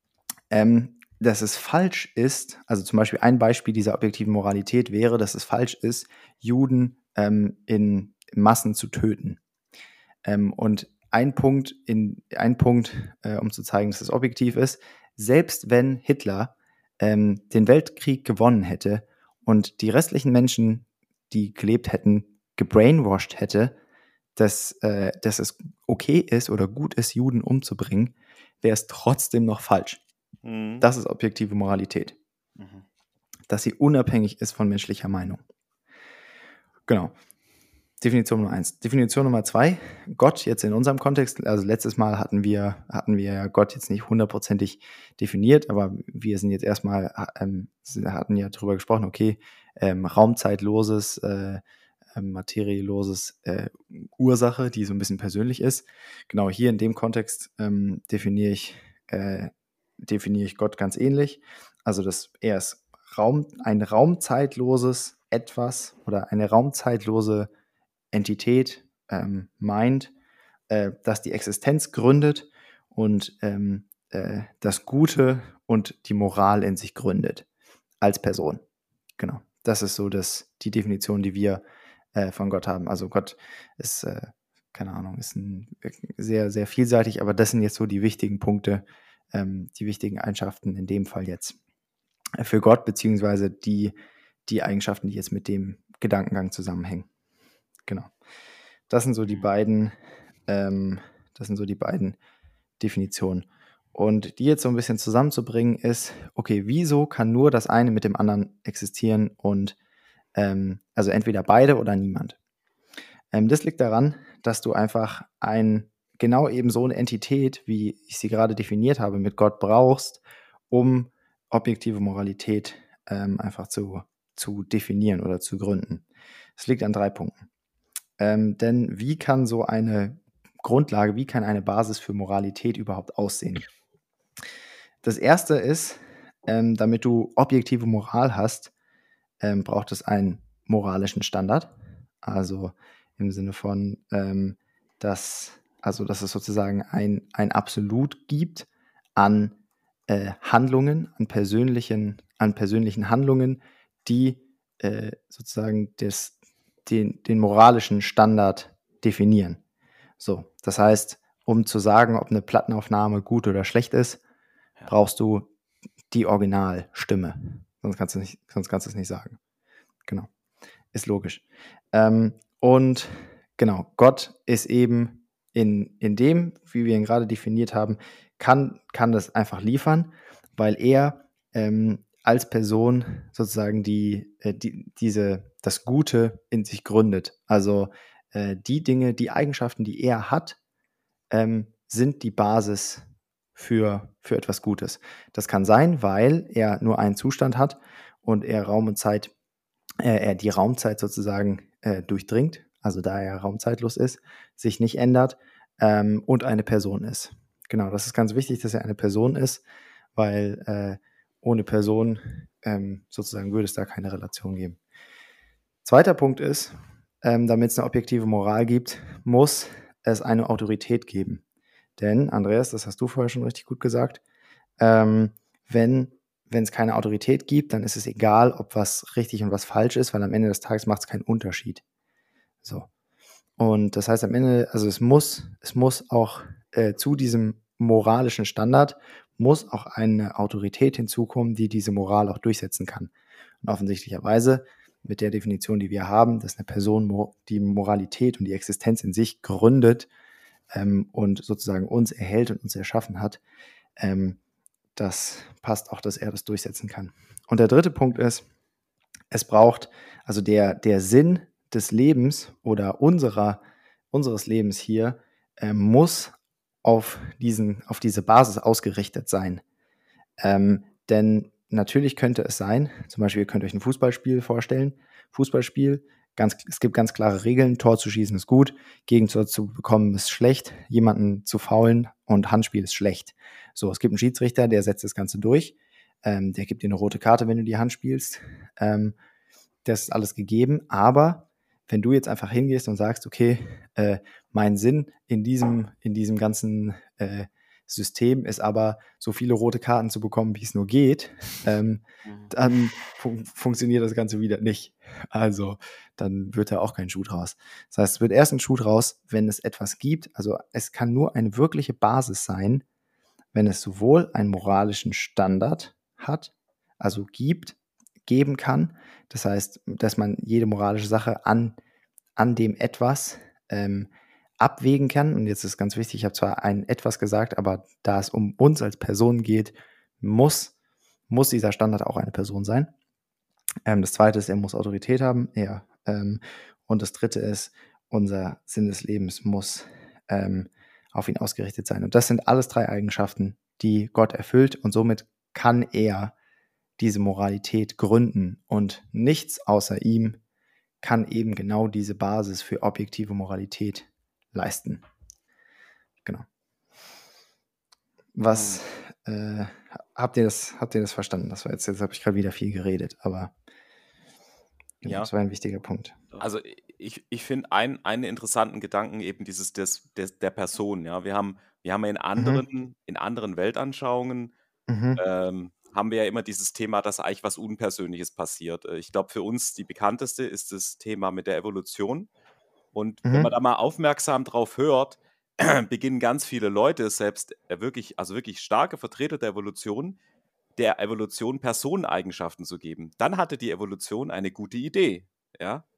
ähm, dass es falsch ist, also zum Beispiel ein Beispiel dieser objektiven Moralität wäre, dass es falsch ist, Juden ähm, in Massen zu töten. Ähm, und ein Punkt, in, ein Punkt äh, um zu zeigen, dass es objektiv ist, selbst wenn Hitler ähm, den Weltkrieg gewonnen hätte und die restlichen Menschen, die gelebt hätten, gebrainwashed hätte, dass, äh, dass es okay ist oder gut ist, Juden umzubringen, wäre es trotzdem noch falsch. Mhm. Das ist objektive Moralität. Mhm. Dass sie unabhängig ist von menschlicher Meinung. Genau. Definition Nummer eins. Definition Nummer zwei, Gott jetzt in unserem Kontext, also letztes Mal hatten wir, hatten wir ja Gott jetzt nicht hundertprozentig definiert, aber wir sind jetzt erstmal, ähm, hatten ja darüber gesprochen, okay, ähm, raumzeitloses, äh, ähm, materielloses äh, Ursache, die so ein bisschen persönlich ist. Genau hier in dem Kontext ähm, definiere ich, äh, definiere ich Gott ganz ähnlich. Also dass er ist Raum, ein raumzeitloses Etwas oder eine raumzeitlose Entität ähm, meint, äh, dass die Existenz gründet und ähm, äh, das Gute und die Moral in sich gründet als Person. Genau. Das ist so das, die Definition, die wir äh, von Gott haben. Also Gott ist, äh, keine Ahnung, ist ein, sehr, sehr vielseitig, aber das sind jetzt so die wichtigen Punkte, ähm, die wichtigen Eigenschaften in dem Fall jetzt für Gott, beziehungsweise die, die Eigenschaften, die jetzt mit dem Gedankengang zusammenhängen. Genau. Das sind so die beiden, ähm, das sind so die beiden Definitionen. Und die jetzt so ein bisschen zusammenzubringen ist, okay, wieso kann nur das eine mit dem anderen existieren und ähm, also entweder beide oder niemand. Ähm, das liegt daran, dass du einfach ein, genau eben so eine Entität, wie ich sie gerade definiert habe, mit Gott brauchst, um objektive Moralität ähm, einfach zu, zu definieren oder zu gründen. Es liegt an drei Punkten. Ähm, denn wie kann so eine Grundlage, wie kann eine Basis für Moralität überhaupt aussehen? Das erste ist, ähm, damit du objektive Moral hast, ähm, braucht es einen moralischen Standard. Also im Sinne von, ähm, dass, also dass es sozusagen ein, ein Absolut gibt an äh, Handlungen, an persönlichen, an persönlichen Handlungen, die äh, sozusagen des, den, den moralischen Standard definieren. So, das heißt, um zu sagen, ob eine Plattenaufnahme gut oder schlecht ist, Ja. brauchst du die Originalstimme. Sonst kannst du nicht, sonst kannst du es nicht sagen. Genau. Ist logisch. Ähm, und genau, Gott ist eben in, in dem, wie wir ihn gerade definiert haben, kann, kann das einfach liefern, weil er ähm, als Person sozusagen die, äh, die, diese, das Gute in sich gründet. Also äh, die Dinge, die Eigenschaften, die er hat, ähm, sind die Basis für, für etwas Gutes. Das kann sein, weil er nur einen Zustand hat und er Raum und Zeit, äh, er die Raumzeit sozusagen äh, durchdringt, also da er raumzeitlos ist, sich nicht ändert ähm, und eine Person ist. Genau, das ist ganz wichtig, dass er eine Person ist, weil äh, ohne Person ähm, sozusagen würde es da keine Relation geben. Zweiter Punkt ist, ähm, damit es eine objektive Moral gibt, muss es eine Autorität geben. Denn, Andreas, das hast du vorher schon richtig gut gesagt, ähm, wenn wenn es keine Autorität gibt, dann ist es egal, ob was richtig und was falsch ist, weil am Ende des Tages macht es keinen Unterschied. So. Und das heißt am Ende, also es muss, es muss auch äh, zu diesem moralischen Standard muss auch eine Autorität hinzukommen, die diese Moral auch durchsetzen kann. Und offensichtlicherweise mit der Definition, die wir haben, dass eine Person mo- die Moralität und die Existenz in sich gründet, ähm, und sozusagen uns erhält und uns erschaffen hat, ähm, das passt auch, dass er das durchsetzen kann. Und der dritte Punkt ist, es braucht, also der, der Sinn des Lebens oder unserer, unseres Lebens hier äh, muss auf, diesen, auf diese Basis ausgerichtet sein. Ähm, denn natürlich könnte es sein, zum Beispiel, ihr könnt euch ein Fußballspiel vorstellen. Fußballspiel, ganz, es gibt ganz klare Regeln. Tor zu schießen ist gut, Gegentor zu bekommen ist schlecht, jemanden zu faulen und Handspiel ist schlecht. So, es gibt einen Schiedsrichter, der setzt das Ganze durch. Ähm, der gibt dir eine rote Karte, wenn du die Hand spielst. Ähm, das ist alles gegeben. Aber wenn du jetzt einfach hingehst und sagst, okay, äh, mein Sinn in diesem, in diesem ganzen äh, System ist aber, so viele rote Karten zu bekommen, wie es nur geht, ähm, Mhm. dann fun funktioniert das Ganze wieder nicht. Also dann wird da auch kein Schuh draus. Das heißt, es wird erst ein Schuh draus, wenn es etwas gibt. Also es kann nur eine wirkliche Basis sein, wenn es sowohl einen moralischen Standard hat, also gibt, geben kann. Das heißt, dass man jede moralische Sache an, an dem etwas ähm, abwägen kann. Und jetzt ist ganz wichtig, ich habe zwar ein etwas gesagt, aber da es um uns als Person geht, muss, muss dieser Standard auch eine Person sein. Ähm, das zweite ist, er muss Autorität haben. Ja, ähm, und das dritte ist, unser Sinn des Lebens muss ähm, auf ihn ausgerichtet sein. Und das sind alles drei Eigenschaften, die Gott erfüllt. Und somit kann er diese Moralität gründen. Und nichts außer ihm kann eben genau diese Basis für objektive Moralität leisten. Genau. Was äh, habt ihr das, habt ihr das verstanden? Das war jetzt, jetzt habe ich gerade wieder viel geredet, aber genau, Ja. das war ein wichtiger Punkt. Also ich, ich finde ein, einen interessanten Gedanken eben dieses des, des, der Person. Ja, wir haben, wir haben ja in anderen, Mhm. in anderen Weltanschauungen Mhm. ähm, haben wir ja immer dieses Thema, dass eigentlich was Unpersönliches passiert. Äh, Ich glaube, für uns die bekannteste ist das Thema mit der Evolution. Und wenn man da Mhm. mal aufmerksam drauf hört, beginnen ganz viele Leute, selbst äh, wirklich, also wirklich starke Vertreter der Evolution, der Evolution Personeneigenschaften zu geben. Dann hatte die Evolution eine gute Idee. Ja.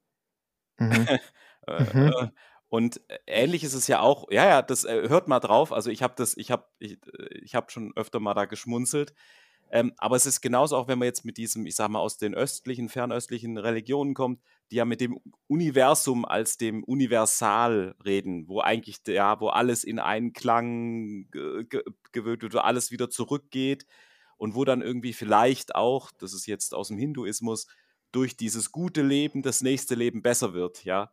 Mhm. Äh, Mhm. äh, und ähnlich ist es ja auch, ja, ja, das äh, hört mal drauf. Also ich habe das, ich habe, ich, äh, ich habe schon öfter mal da geschmunzelt. Ähm, aber es ist genauso auch, wenn man jetzt mit diesem, ich sag mal, aus den östlichen, fernöstlichen Religionen kommt, die ja mit dem Universum als dem Universal reden, wo eigentlich, ja, wo alles in Einklang ge ge gewöhnt wird, wo alles wieder zurückgeht und wo dann irgendwie vielleicht auch, das ist jetzt aus dem Hinduismus, durch dieses gute Leben das nächste Leben besser wird, ja.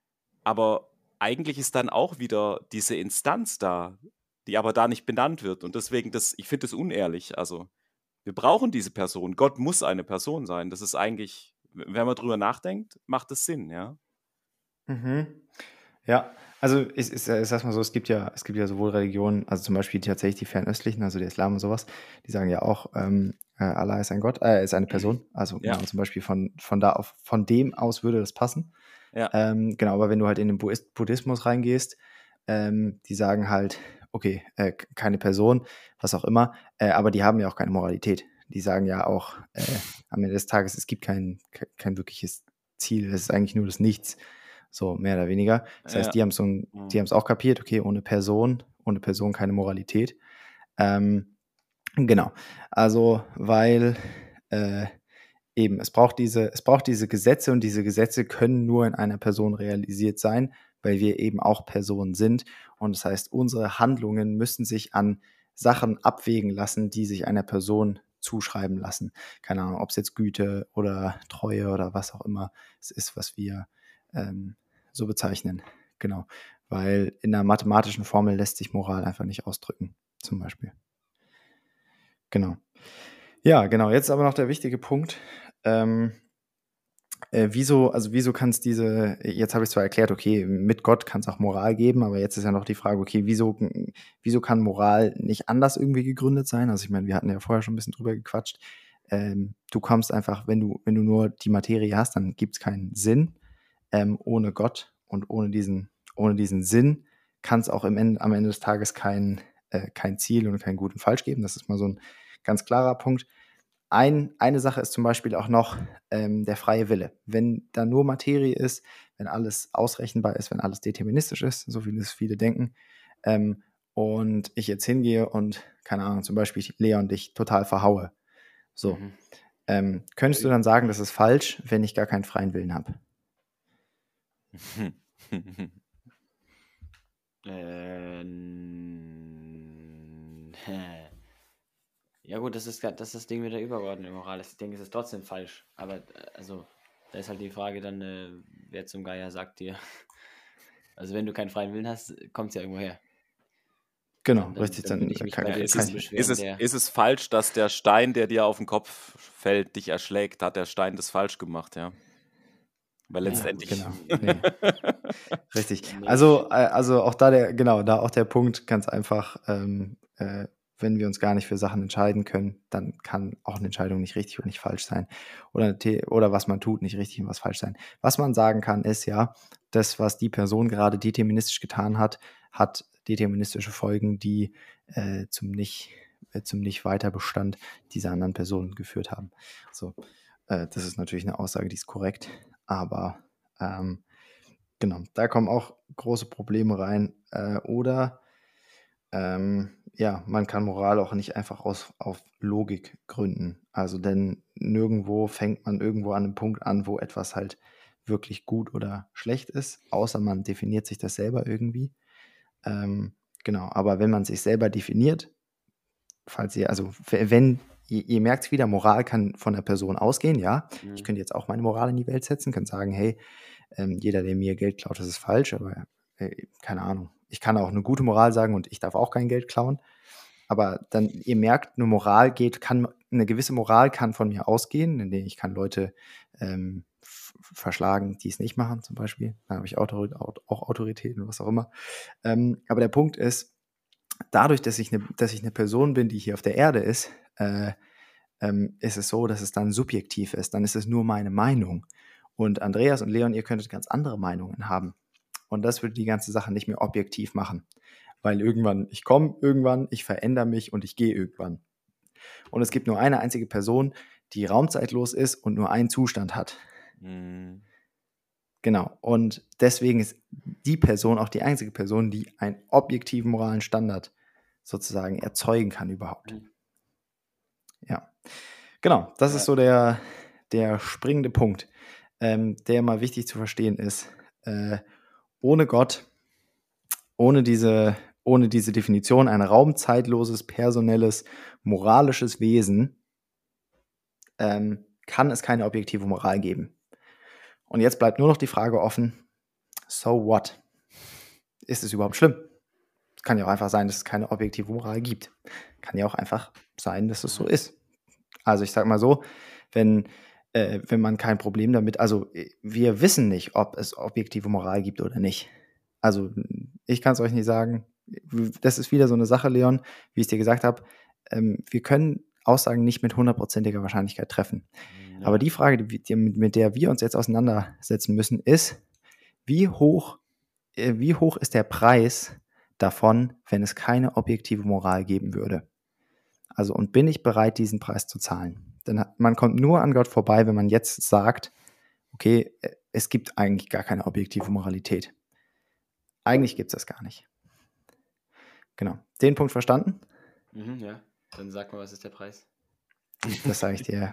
Aber eigentlich ist dann auch wieder diese Instanz da, die aber da nicht benannt wird. Und deswegen, das, ich finde das unehrlich. Also, wir brauchen diese Person. Gott muss eine Person sein. Das ist eigentlich, wenn man drüber nachdenkt, macht es Sinn, ja. Mhm. Ja, also es ist, ich sag's mal so, es gibt ja, es gibt ja sowohl Religionen, also zum Beispiel tatsächlich die Fernöstlichen, also der Islam und sowas, die sagen ja auch, ähm, äh, Allah ist ein Gott, äh, ist eine Person. Also Ja, genau, zum Beispiel von, von da auf, von dem aus würde das passen. ja, Ähm, genau, aber wenn du halt in den Buddhist- Buddhismus reingehst, ähm, die sagen halt, okay, äh, k- keine Person, was auch immer, äh, aber die haben ja auch keine Moralität. Die sagen ja auch, äh, am Ende des Tages, es gibt kein, ke- kein wirkliches Ziel, es ist eigentlich nur das Nichts, so mehr oder weniger. Das heißt, ja. die haben so ein, die Mhm. haben es auch kapiert, okay, ohne Person, ohne Person keine Moralität. Ähm, genau, also weil äh, eben, es braucht diese, es braucht diese Gesetze und diese Gesetze können nur in einer Person realisiert sein, weil wir eben auch Personen sind. Und das heißt, unsere Handlungen müssen sich an Sachen abwägen lassen, die sich einer Person zuschreiben lassen. Keine Ahnung, ob es jetzt Güte oder Treue oder was auch immer es ist, was wir ähm, so bezeichnen. Genau. Weil in einer mathematischen Formel lässt sich Moral einfach nicht ausdrücken, zum Beispiel. Genau. Ja, genau. Jetzt aber noch der wichtige Punkt. Ähm, äh, wieso, also wieso kann es diese, jetzt habe ich zwar erklärt, okay, mit Gott kann es auch Moral geben, aber jetzt ist ja noch die Frage, okay, wieso, wieso kann Moral nicht anders irgendwie gegründet sein? Also ich meine, wir hatten ja vorher schon ein bisschen drüber gequatscht. Ähm, du kommst einfach, wenn du, wenn du nur die Materie hast, dann gibt es keinen Sinn. Ähm, ohne Gott und ohne diesen, ohne diesen Sinn kann es auch im Ende, am Ende des Tages kein, äh, kein Ziel und kein Gut und Falsch geben. Das ist mal so ein ganz klarer Punkt. Ein, eine Sache ist zum Beispiel auch noch ähm, der freie Wille. Wenn da nur Materie ist, wenn alles ausrechenbar ist, wenn alles deterministisch ist, so wie es viele denken, ähm, und ich jetzt hingehe und, keine Ahnung, zum Beispiel Leon dich total verhaue. So. Mhm. Ähm, könntest du dann sagen, das ist falsch, wenn ich gar keinen freien Willen habe? Ähm, ja gut, das ist, grad- das ist das Ding mit der übergeordneten Moral. Ich denke, es ist trotzdem falsch. Aber äh, also, da ist halt die Frage dann, äh, wer zum Geier sagt dir. Also wenn du keinen freien Willen hast, kommt es ja irgendwo her. Genau, Dann, dann, richtig. dann Dann würde ich mich kann, bei Ja, dir ist kann es, dafür ich, ist, beschweren, es, der. ist es falsch, dass der Stein, der dir auf den Kopf fällt, dich erschlägt? Hat der Stein das falsch gemacht, ja? Weil ja, letztendlich. genau. Nee, richtig. Nee. Also, äh, also auch da der, genau, da auch der Punkt, ganz einfach, ähm, äh, wenn wir uns gar nicht für Sachen entscheiden können, dann kann auch eine Entscheidung nicht richtig und nicht falsch sein. Oder, eine The- oder was man tut, nicht richtig und was falsch sein. Was man sagen kann, ist ja, das, was die Person gerade deterministisch getan hat, hat deterministische Folgen, die äh, zum nicht, äh, zum nicht Weiterbestand dieser anderen Person geführt haben. So, äh, das ist natürlich eine Aussage, die ist korrekt, aber ähm, genau, da kommen auch große Probleme rein. Äh, oder ähm, ja, man kann Moral auch nicht einfach aus, auf Logik gründen. Also, denn nirgendwo fängt man irgendwo an einem Punkt an, wo etwas halt wirklich gut oder schlecht ist, außer man definiert sich das selber irgendwie. Ähm, genau, aber wenn man sich selber definiert, falls ihr, also w- wenn, ihr, ihr merkt wieder, Moral kann von der Person ausgehen, ja. Ich Mhm. könnte jetzt auch meine Moral in die Welt setzen, kann sagen, hey, ähm, jeder, der mir Geld klaut, das ist falsch, aber äh, keine Ahnung. Ich kann auch eine gute Moral sagen und ich darf auch kein Geld klauen. Aber dann, ihr merkt, eine Moral geht, kann, eine gewisse Moral kann von mir ausgehen, in der ich kann Leute ähm, f- verschlagen, die es nicht machen, zum Beispiel. Da habe ich Autori auch Autorität und was auch immer. Ähm, aber der Punkt ist, dadurch, dass ich, eine, dass ich eine Person bin, die hier auf der Erde ist, äh, ähm, ist es so, dass es dann subjektiv ist. Dann ist es nur meine Meinung. Und Andreas und Leon, ihr könntet ganz andere Meinungen haben. Und das würde die ganze Sache nicht mehr objektiv machen. Weil irgendwann, ich komme irgendwann, ich verändere mich und ich gehe irgendwann. Und es gibt nur eine einzige Person, die raumzeitlos ist und nur einen Zustand hat. Mm, Genau. Und deswegen ist die Person auch die einzige Person, die einen objektiven moralen Standard sozusagen erzeugen kann überhaupt. Mhm. Ja. Genau, das Ja. ist so der, der springende Punkt, ähm, der mal wichtig zu verstehen ist. Äh, ohne Gott, ohne diese, ohne diese Definition, ein raumzeitloses, personelles, moralisches Wesen, ähm, kann es keine objektive Moral geben. Und jetzt bleibt nur noch die Frage offen, so what? Ist es überhaupt schlimm? Es kann ja auch einfach sein, dass es keine objektive Moral gibt. Kann ja auch einfach sein, dass es so ist. Also ich sage mal so, wenn, äh, wenn man kein Problem damit, also äh, wir wissen nicht, ob es objektive Moral gibt oder nicht. Also ich kann es euch nicht sagen. Das ist wieder so eine Sache, Leon, wie ich dir gesagt habe. Ähm, wir können Aussagen nicht mit hundertprozentiger Wahrscheinlichkeit treffen. Ja. Aber die Frage, die, die, mit der wir uns jetzt auseinandersetzen müssen, ist, wie hoch, äh, wie hoch ist der Preis davon, wenn es keine objektive Moral geben würde? Also, und bin ich bereit, diesen Preis zu zahlen? Denn man kommt nur an Gott vorbei, wenn man jetzt sagt, okay, es gibt eigentlich gar keine objektive Moralität. Eigentlich gibt es das gar nicht. Genau. Den Punkt verstanden? Mhm, ja. Dann sag mal, was ist der Preis? Das sage ich dir.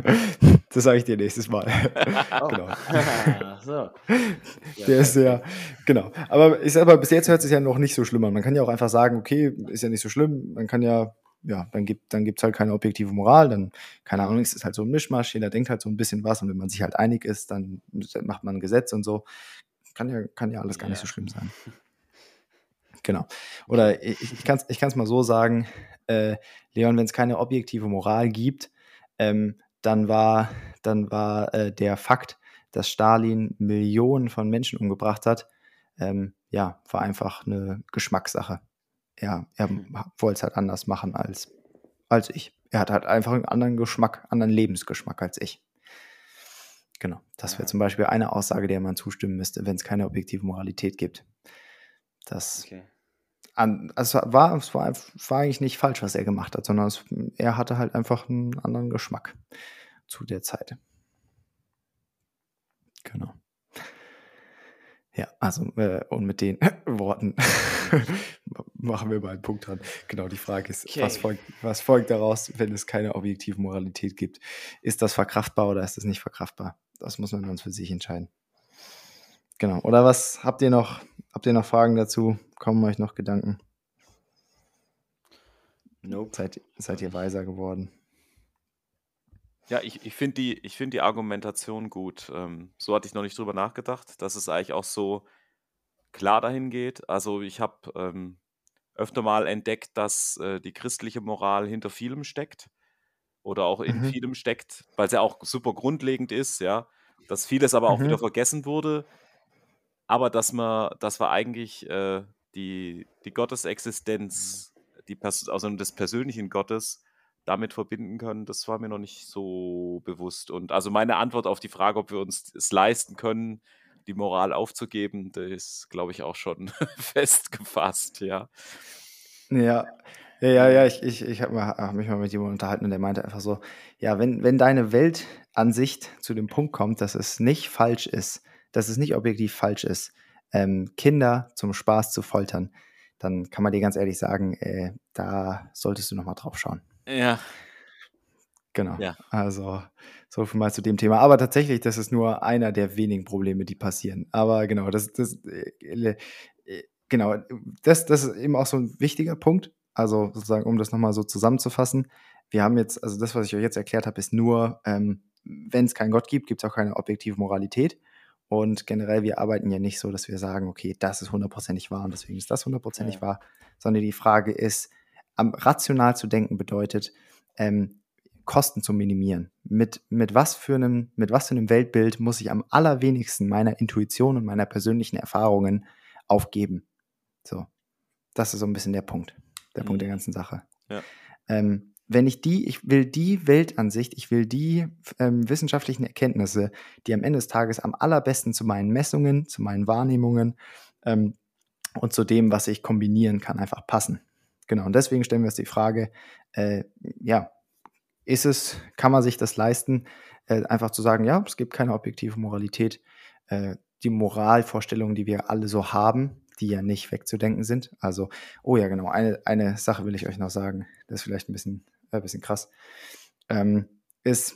Das sage ich dir nächstes Mal. Oh. Genau. Ach so. Ja, Der ist perfekt. ja, genau. Aber ich sag mal, bis jetzt hört es sich ja noch nicht so schlimm an. Man kann ja auch einfach sagen, okay, ist ja nicht so schlimm. Man kann ja, ja, dann gibt dann gibt's halt keine objektive Moral. Dann, keine Ahnung, es ist halt so ein Mischmasch. Jeder denkt halt so ein bisschen was. Und wenn man sich halt einig ist, dann macht man ein Gesetz und so. Kann ja, kann ja alles gar nicht so Ja. schlimm sein. Genau. Oder Okay. ich, ich kann es ich kann's mal so sagen, äh, Leon, wenn es keine objektive Moral gibt, ähm, dann war, dann war äh, der Fakt, dass Stalin Millionen von Menschen umgebracht hat, ähm, ja, war einfach eine Geschmackssache. Er, er Hm. wollte es halt anders machen als, als ich. Er hat halt einfach einen anderen Geschmack, anderen Lebensgeschmack als ich. Genau. Das wäre Ah, zum Beispiel eine Aussage, der man zustimmen müsste, wenn es keine objektive Moralität gibt. Das okay. an, also es war, es war, war eigentlich nicht falsch, was er gemacht hat, sondern es, er hatte halt einfach einen anderen Geschmack zu der Zeit. Genau. Ja, also äh, und mit den Worten machen wir mal einen Punkt dran. Genau, die Frage ist, was Okay. folgt, was folgt daraus, wenn es keine objektive Moralität gibt? Ist das verkraftbar oder ist das nicht verkraftbar? Das muss man dann für sich entscheiden. Genau. Oder was habt ihr noch? Habt ihr noch Fragen dazu? Kommen euch noch Gedanken? Nope. Seid, seid ihr weiser geworden? Ja, ich, ich finde die, ich find die Argumentation gut. Ähm, so hatte ich noch nicht drüber nachgedacht, dass es eigentlich auch so klar dahin geht. Also ich habe ähm, öfter mal entdeckt, dass äh, die christliche Moral hinter vielem steckt oder auch in Mhm. vielem steckt, weil es ja auch super grundlegend ist, ja, dass vieles aber auch wieder Mhm. vergessen wurde, aber dass man, dass wir eigentlich äh, die, die Gottesexistenz, die Pers also des persönlichen Gottes, damit verbinden können, das war mir noch nicht so bewusst. Und also meine Antwort auf die Frage, ob wir uns es leisten können, die Moral aufzugeben, das ist, glaube ich, auch schon festgefasst, ja. Ja, ja, ja, ja, ich, ich, ich habe hab mich mal mit jemandem unterhalten und der meinte einfach so, ja, wenn, wenn deine Weltansicht zu dem Punkt kommt, dass es nicht falsch ist, dass es nicht objektiv falsch ist, ähm, Kinder zum Spaß zu foltern, dann kann man dir ganz ehrlich sagen, äh, da solltest du nochmal drauf schauen. Ja, Genau. ja. Also, so viel mal zu dem Thema. Aber tatsächlich, das ist nur einer der wenigen Probleme, die passieren. Aber genau, das, das, äh, äh, genau, das, das ist eben auch so ein wichtiger Punkt. Also sozusagen, um das nochmal so zusammenzufassen. Wir haben jetzt, also das, was ich euch jetzt erklärt habe, ist nur, ähm, wenn es keinen Gott gibt, gibt es auch keine objektive Moralität. Und generell, wir arbeiten ja nicht so, dass wir sagen, okay, das ist hundertprozentig wahr und deswegen ist das hundertprozentig Ja. wahr, sondern die Frage ist, am rational zu denken bedeutet, ähm, Kosten zu minimieren. Mit, mit, was für einem, mit was für einem Weltbild muss ich am allerwenigsten meiner Intuition und meiner persönlichen Erfahrungen aufgeben? So, das ist so ein bisschen der Punkt, der Punkt der Mhm. ganzen Sache. Ja. Ähm, wenn ich die, ich will die Weltansicht, ich will die ähm, wissenschaftlichen Erkenntnisse, die am Ende des Tages am allerbesten zu meinen Messungen, zu meinen Wahrnehmungen ähm, und zu dem, was ich kombinieren kann, einfach passen. Genau, und deswegen stellen wir uns die Frage, äh, ja, ist es, kann man sich das leisten, äh, einfach zu sagen, ja, es gibt keine objektive Moralität. Äh, die Moralvorstellungen, die wir alle so haben, die ja nicht wegzudenken sind. Also, oh ja, genau, eine, eine Sache will ich euch noch sagen, das ist vielleicht ein bisschen, äh, bisschen krass, ähm, ist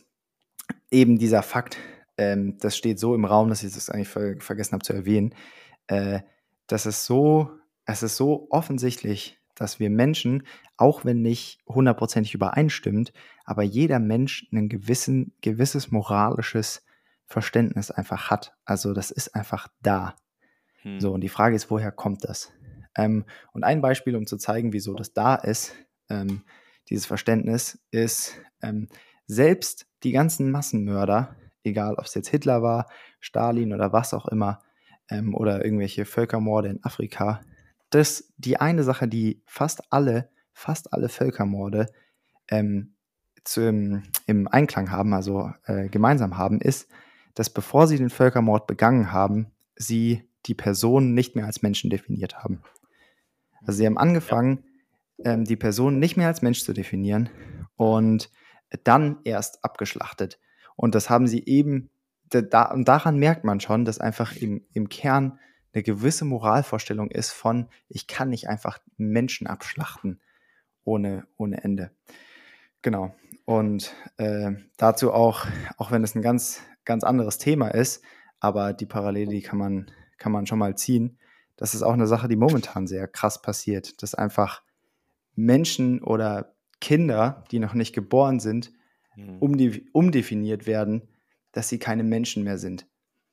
eben dieser Fakt, ähm, das steht so im Raum, dass ich das eigentlich ver vergessen habe zu erwähnen, äh, dass es so, es ist so offensichtlich, dass wir Menschen, auch wenn nicht hundertprozentig übereinstimmend, aber jeder Mensch ein gewissen, gewisses moralisches Verständnis einfach hat. Also das ist einfach da. Hm. So, und die Frage ist, woher kommt das? Ähm, und ein Beispiel, um zu zeigen, wieso das da ist, ähm, dieses Verständnis, ist ähm, selbst die ganzen Massenmörder, egal ob es jetzt Hitler war, Stalin oder was auch immer, ähm, oder irgendwelche Völkermorde in Afrika, das die eine Sache, die fast alle, fast alle Völkermorde ähm, zum, im Einklang haben, also äh, gemeinsam haben, ist, dass bevor sie den Völkermord begangen haben, sie die Person nicht mehr als Menschen definiert haben. Also sie haben angefangen, ja. ähm, die Person nicht mehr als Mensch zu definieren und dann erst abgeschlachtet. Und das haben sie eben, da, und daran merkt man schon, dass einfach im, im Kern eine gewisse Moralvorstellung ist von, ich kann nicht einfach Menschen abschlachten ohne, ohne Ende. Genau. Und äh, dazu auch, auch wenn es ein ganz, ganz anderes Thema ist, aber die Parallele, die kann man, kann man schon mal ziehen. Das ist auch eine Sache, die momentan sehr krass passiert, dass einfach Menschen oder Kinder, die noch nicht geboren sind, Mhm. umde- umdefiniert werden, dass sie keine Menschen mehr sind.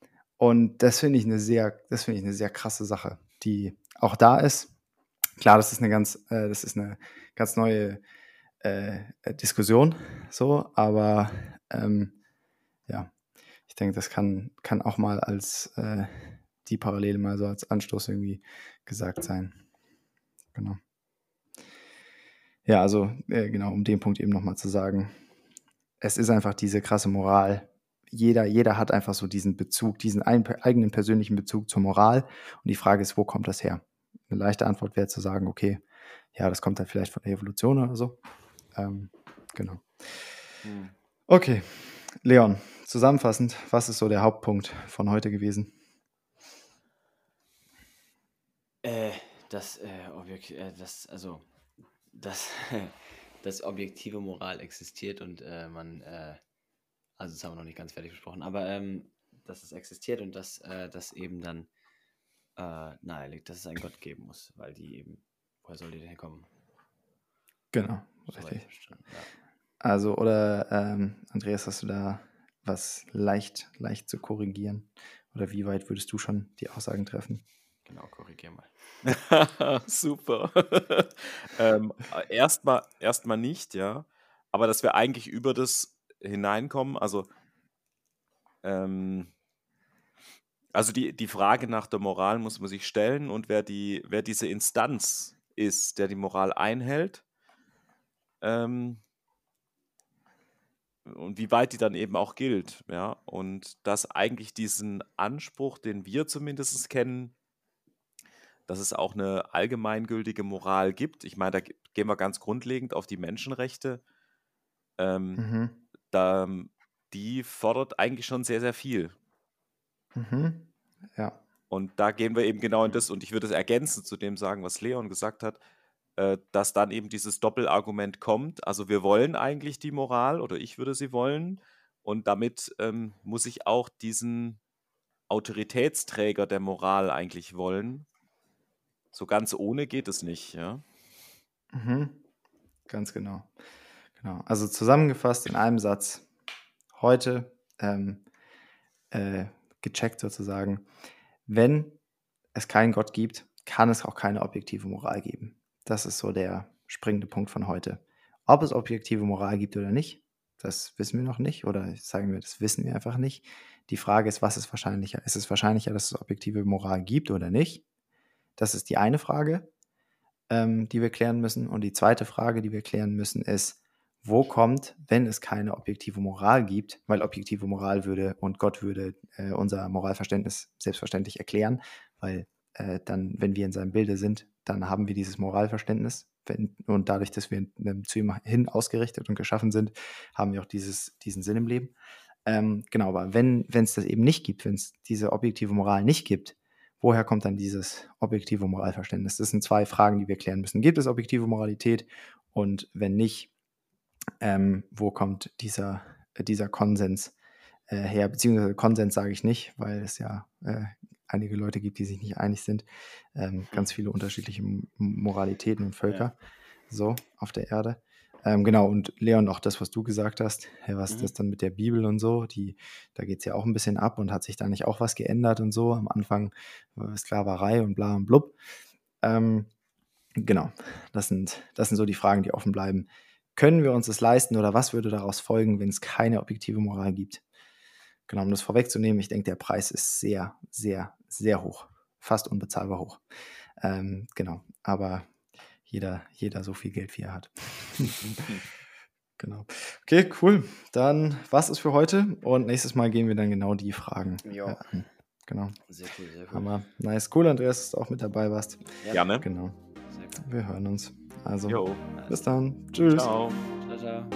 Und das finde ich eine sehr, das finde ich eine sehr krasse Sache, die auch da ist. Klar, das ist eine ganz, äh, das ist eine ganz neue äh, Diskussion, so, aber ähm, ja, ich denke, das kann, kann auch mal als äh, die Parallele mal so als Anstoß irgendwie gesagt sein. Genau. Ja, also äh, genau, um den Punkt eben nochmal zu sagen, es ist einfach diese krasse Moral. Jeder, jeder hat einfach so diesen Bezug, diesen ein, eigenen persönlichen Bezug zur Moral. Und die Frage ist, wo kommt das her? Eine leichte Antwort wäre zu sagen, okay, ja, das kommt dann vielleicht von der Evolution oder so. Ähm, genau. Hm. Okay, Leon, zusammenfassend, was ist so der Hauptpunkt von heute gewesen? Äh, das, äh, Objekt, äh, das, also, das, dass objektive Moral existiert und äh, man, äh, also das haben wir noch nicht ganz fertig besprochen, aber ähm, dass es existiert und dass äh, das eben dann äh, nahelegt, dass es einen Gott geben muss, weil die eben, woher soll die denn herkommen? Genau, Soweit richtig. verstanden, ja. Also, oder ähm, Andreas, hast du da was leicht, leicht zu korrigieren? Oder wie weit würdest du schon die Aussagen treffen? Genau, korrigier mal. Super. ähm, erstmal erstmal nicht, ja. Aber dass wir eigentlich über das hineinkommen, also, ähm, also die, die Frage nach der Moral muss man sich stellen und wer, die, wer diese Instanz ist, der die Moral einhält, ähm, und wie weit die dann eben auch gilt, ja. Und dass eigentlich diesen Anspruch, den wir zumindest kennen, dass es auch eine allgemeingültige Moral gibt. Ich meine, da ge- gehen wir ganz grundlegend auf die Menschenrechte. Ähm, Mhm. da, die fordert eigentlich schon sehr, sehr viel. Mhm. Ja. Und da gehen wir eben genau in das, und ich würde es ergänzen zu dem sagen, was Leon gesagt hat, äh, dass dann eben dieses Doppelargument kommt. Also wir wollen eigentlich die Moral oder ich würde sie wollen. Und damit ähm, muss ich auch diesen Autoritätsträger der Moral eigentlich wollen. So ganz ohne geht es nicht, ja. Mhm. Ganz genau. Genau. Also zusammengefasst in einem Satz. Heute ähm, äh, gecheckt sozusagen. Wenn es keinen Gott gibt, kann es auch keine objektive Moral geben. Das ist so der springende Punkt von heute. Ob es objektive Moral gibt oder nicht, das wissen wir noch nicht. Oder sagen wir, das wissen wir einfach nicht. Die Frage ist, was ist wahrscheinlicher? Ist es wahrscheinlicher, dass es objektive Moral gibt oder nicht? Das ist die eine Frage, ähm, die wir klären müssen. Und die zweite Frage, die wir klären müssen, ist, wo kommt, wenn es keine objektive Moral gibt, weil objektive Moral würde und Gott würde äh, unser Moralverständnis selbstverständlich erklären, weil äh, dann, wenn wir in seinem Bilde sind, dann haben wir dieses Moralverständnis. Wenn, und dadurch, dass wir ähm, zu ihm hin ausgerichtet und geschaffen sind, haben wir auch dieses, diesen Sinn im Leben. Ähm, genau, aber wenn es das eben nicht gibt, wenn es diese objektive Moral nicht gibt, woher kommt dann dieses objektive Moralverständnis? Das sind zwei Fragen, die wir klären müssen. Gibt es objektive Moralität? Und wenn nicht, ähm, wo kommt dieser, äh, dieser Konsens äh, her? Beziehungsweise Konsens sage ich nicht, weil es ja äh, einige Leute gibt, die sich nicht einig sind. Ähm, ganz viele unterschiedliche M- Moralitäten und Völker so auf der Erde. Ähm, genau, und Leon, auch das, was du gesagt hast, hey, was ist Mhm. das dann mit der Bibel und so, die, da geht es ja auch ein bisschen ab und hat sich da nicht auch was geändert und so. Am Anfang äh, Sklaverei und bla und blub. Ähm, genau, das sind, das sind so die Fragen, die offen bleiben. Können wir uns das leisten oder was würde daraus folgen, wenn es keine objektive Moral gibt? Genau, um das vorwegzunehmen, ich denke, der Preis ist sehr, sehr, sehr hoch. Fast unbezahlbar hoch. Ähm, genau, aber jeder, jeder so viel Geld, wie er hat. Genau. Okay, cool. Dann was ist für heute und nächstes Mal gehen wir dann genau die Fragen Jo. äh, an. Genau. Sehr cool, sehr cool. Hammer. Nice. Cool, Andreas, dass du auch mit dabei warst. Ja, Gerne. Genau. sehr cool. Wir hören uns. Also, Jo. bis dann. Tschüss. Ciao. Ciao, ciao.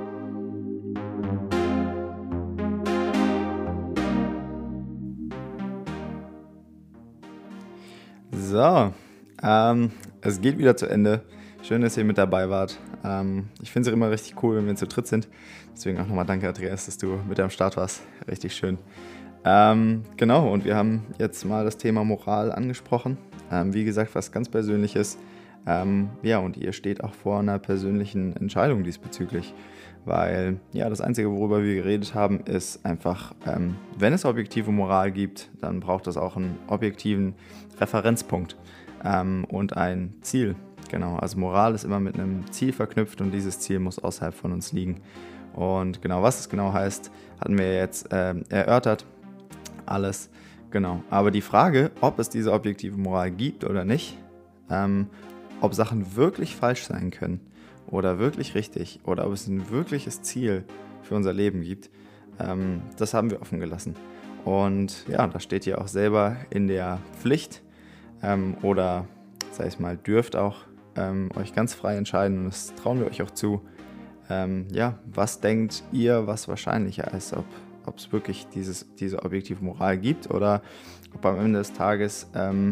So, ähm, es geht wieder zu Ende. Schön, dass ihr mit dabei wart. Ähm, ich finde es immer richtig cool, wenn wir zu dritt sind. Deswegen auch nochmal danke, Andreas, dass du mit am Start warst. Richtig schön. Ähm, genau, und wir haben jetzt mal das Thema Moral angesprochen. Ähm, wie gesagt, was ganz Persönliches. Ähm, ja, und ihr steht auch vor einer persönlichen Entscheidung diesbezüglich. Weil, ja, das Einzige, worüber wir geredet haben, ist einfach, ähm, wenn es objektive Moral gibt, dann braucht es auch einen objektiven Referenzpunkt ähm, und ein Ziel. Genau, also Moral ist immer mit einem Ziel verknüpft und dieses Ziel muss außerhalb von uns liegen. Und genau, was es genau heißt, hatten wir jetzt ähm, erörtert. Alles, genau. Aber die Frage, ob es diese objektive Moral gibt oder nicht, ähm, ob Sachen wirklich falsch sein können oder wirklich richtig oder ob es ein wirkliches Ziel für unser Leben gibt, ähm, das haben wir offen gelassen. Und ja, da steht ihr auch selber in der Pflicht ähm, oder, sag ich mal, dürft auch ähm, euch ganz frei entscheiden und das trauen wir euch auch zu. Ähm, ja, was denkt ihr, was wahrscheinlicher ist, ob ob es wirklich dieses, diese objektive Moral gibt oder ob am Ende des Tages ähm,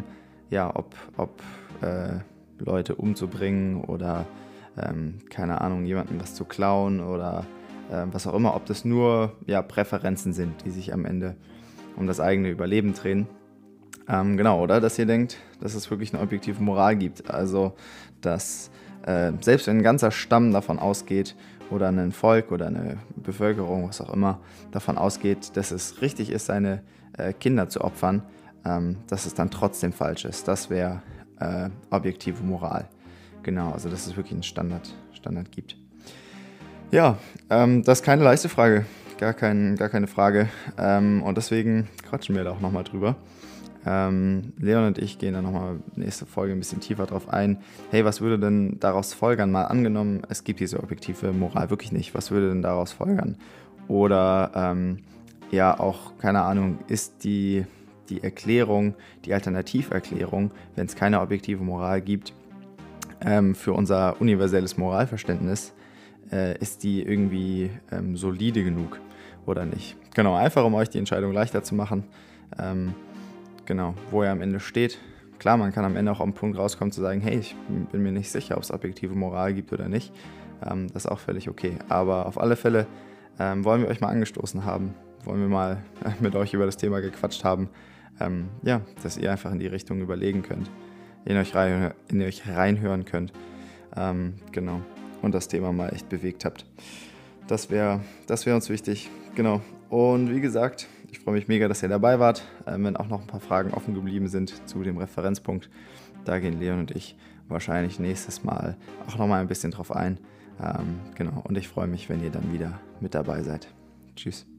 ja, ob, ob äh, Leute umzubringen oder, ähm, keine Ahnung, jemandem was zu klauen oder äh, was auch immer, ob das nur ja, Präferenzen sind, die sich am Ende um das eigene Überleben drehen. Ähm, genau, oder dass ihr denkt, dass es wirklich eine objektive Moral gibt. Also, dass äh, selbst wenn ein ganzer Stamm davon ausgeht oder ein Volk oder eine Bevölkerung, was auch immer, davon ausgeht, dass es richtig ist, seine äh, Kinder zu opfern, ähm, dass es dann trotzdem falsch ist. Das wäre äh, objektive Moral. Genau, also dass es wirklich einen Standard, Standard gibt. Ja, ähm, das ist keine leichte Frage, gar, kein, gar keine Frage. Ähm, und deswegen quatschen wir da auch nochmal drüber. Ähm, Leon und ich gehen dann nochmal nächste Folge ein bisschen tiefer drauf ein. Hey, was würde denn daraus folgern? Mal angenommen, es gibt diese objektive Moral wirklich nicht. Was würde denn daraus folgern? Oder ähm, ja, auch, keine Ahnung, ist die, die Erklärung, die Alternativerklärung, wenn es keine objektive Moral gibt, ähm, für unser universelles Moralverständnis, äh, ist die irgendwie ähm, solide genug oder nicht? Genau, einfach um euch die Entscheidung leichter zu machen. Ähm, Genau, wo er am Ende steht. Klar, man kann am Ende auch auf den Punkt rauskommen zu sagen, hey, ich bin mir nicht sicher, ob es objektive Moral gibt oder nicht. Ähm, das ist auch völlig okay. Aber auf alle Fälle ähm, wollen wir euch mal angestoßen haben, wollen wir mal äh, mit euch über das Thema gequatscht haben, ähm, ja, dass ihr einfach in die Richtung überlegen könnt, in euch, rein, in euch reinhören könnt. Ähm, genau, und das Thema mal echt bewegt habt. Das wäre das wär uns wichtig. Genau. Und wie gesagt, ich freue mich mega, dass ihr dabei wart. Ähm, wenn auch noch ein paar Fragen offen geblieben sind zu dem Referenzpunkt, da gehen Leon und ich wahrscheinlich nächstes Mal auch nochmal ein bisschen drauf ein. Ähm, genau, und ich freue mich, wenn ihr dann wieder mit dabei seid. Tschüss.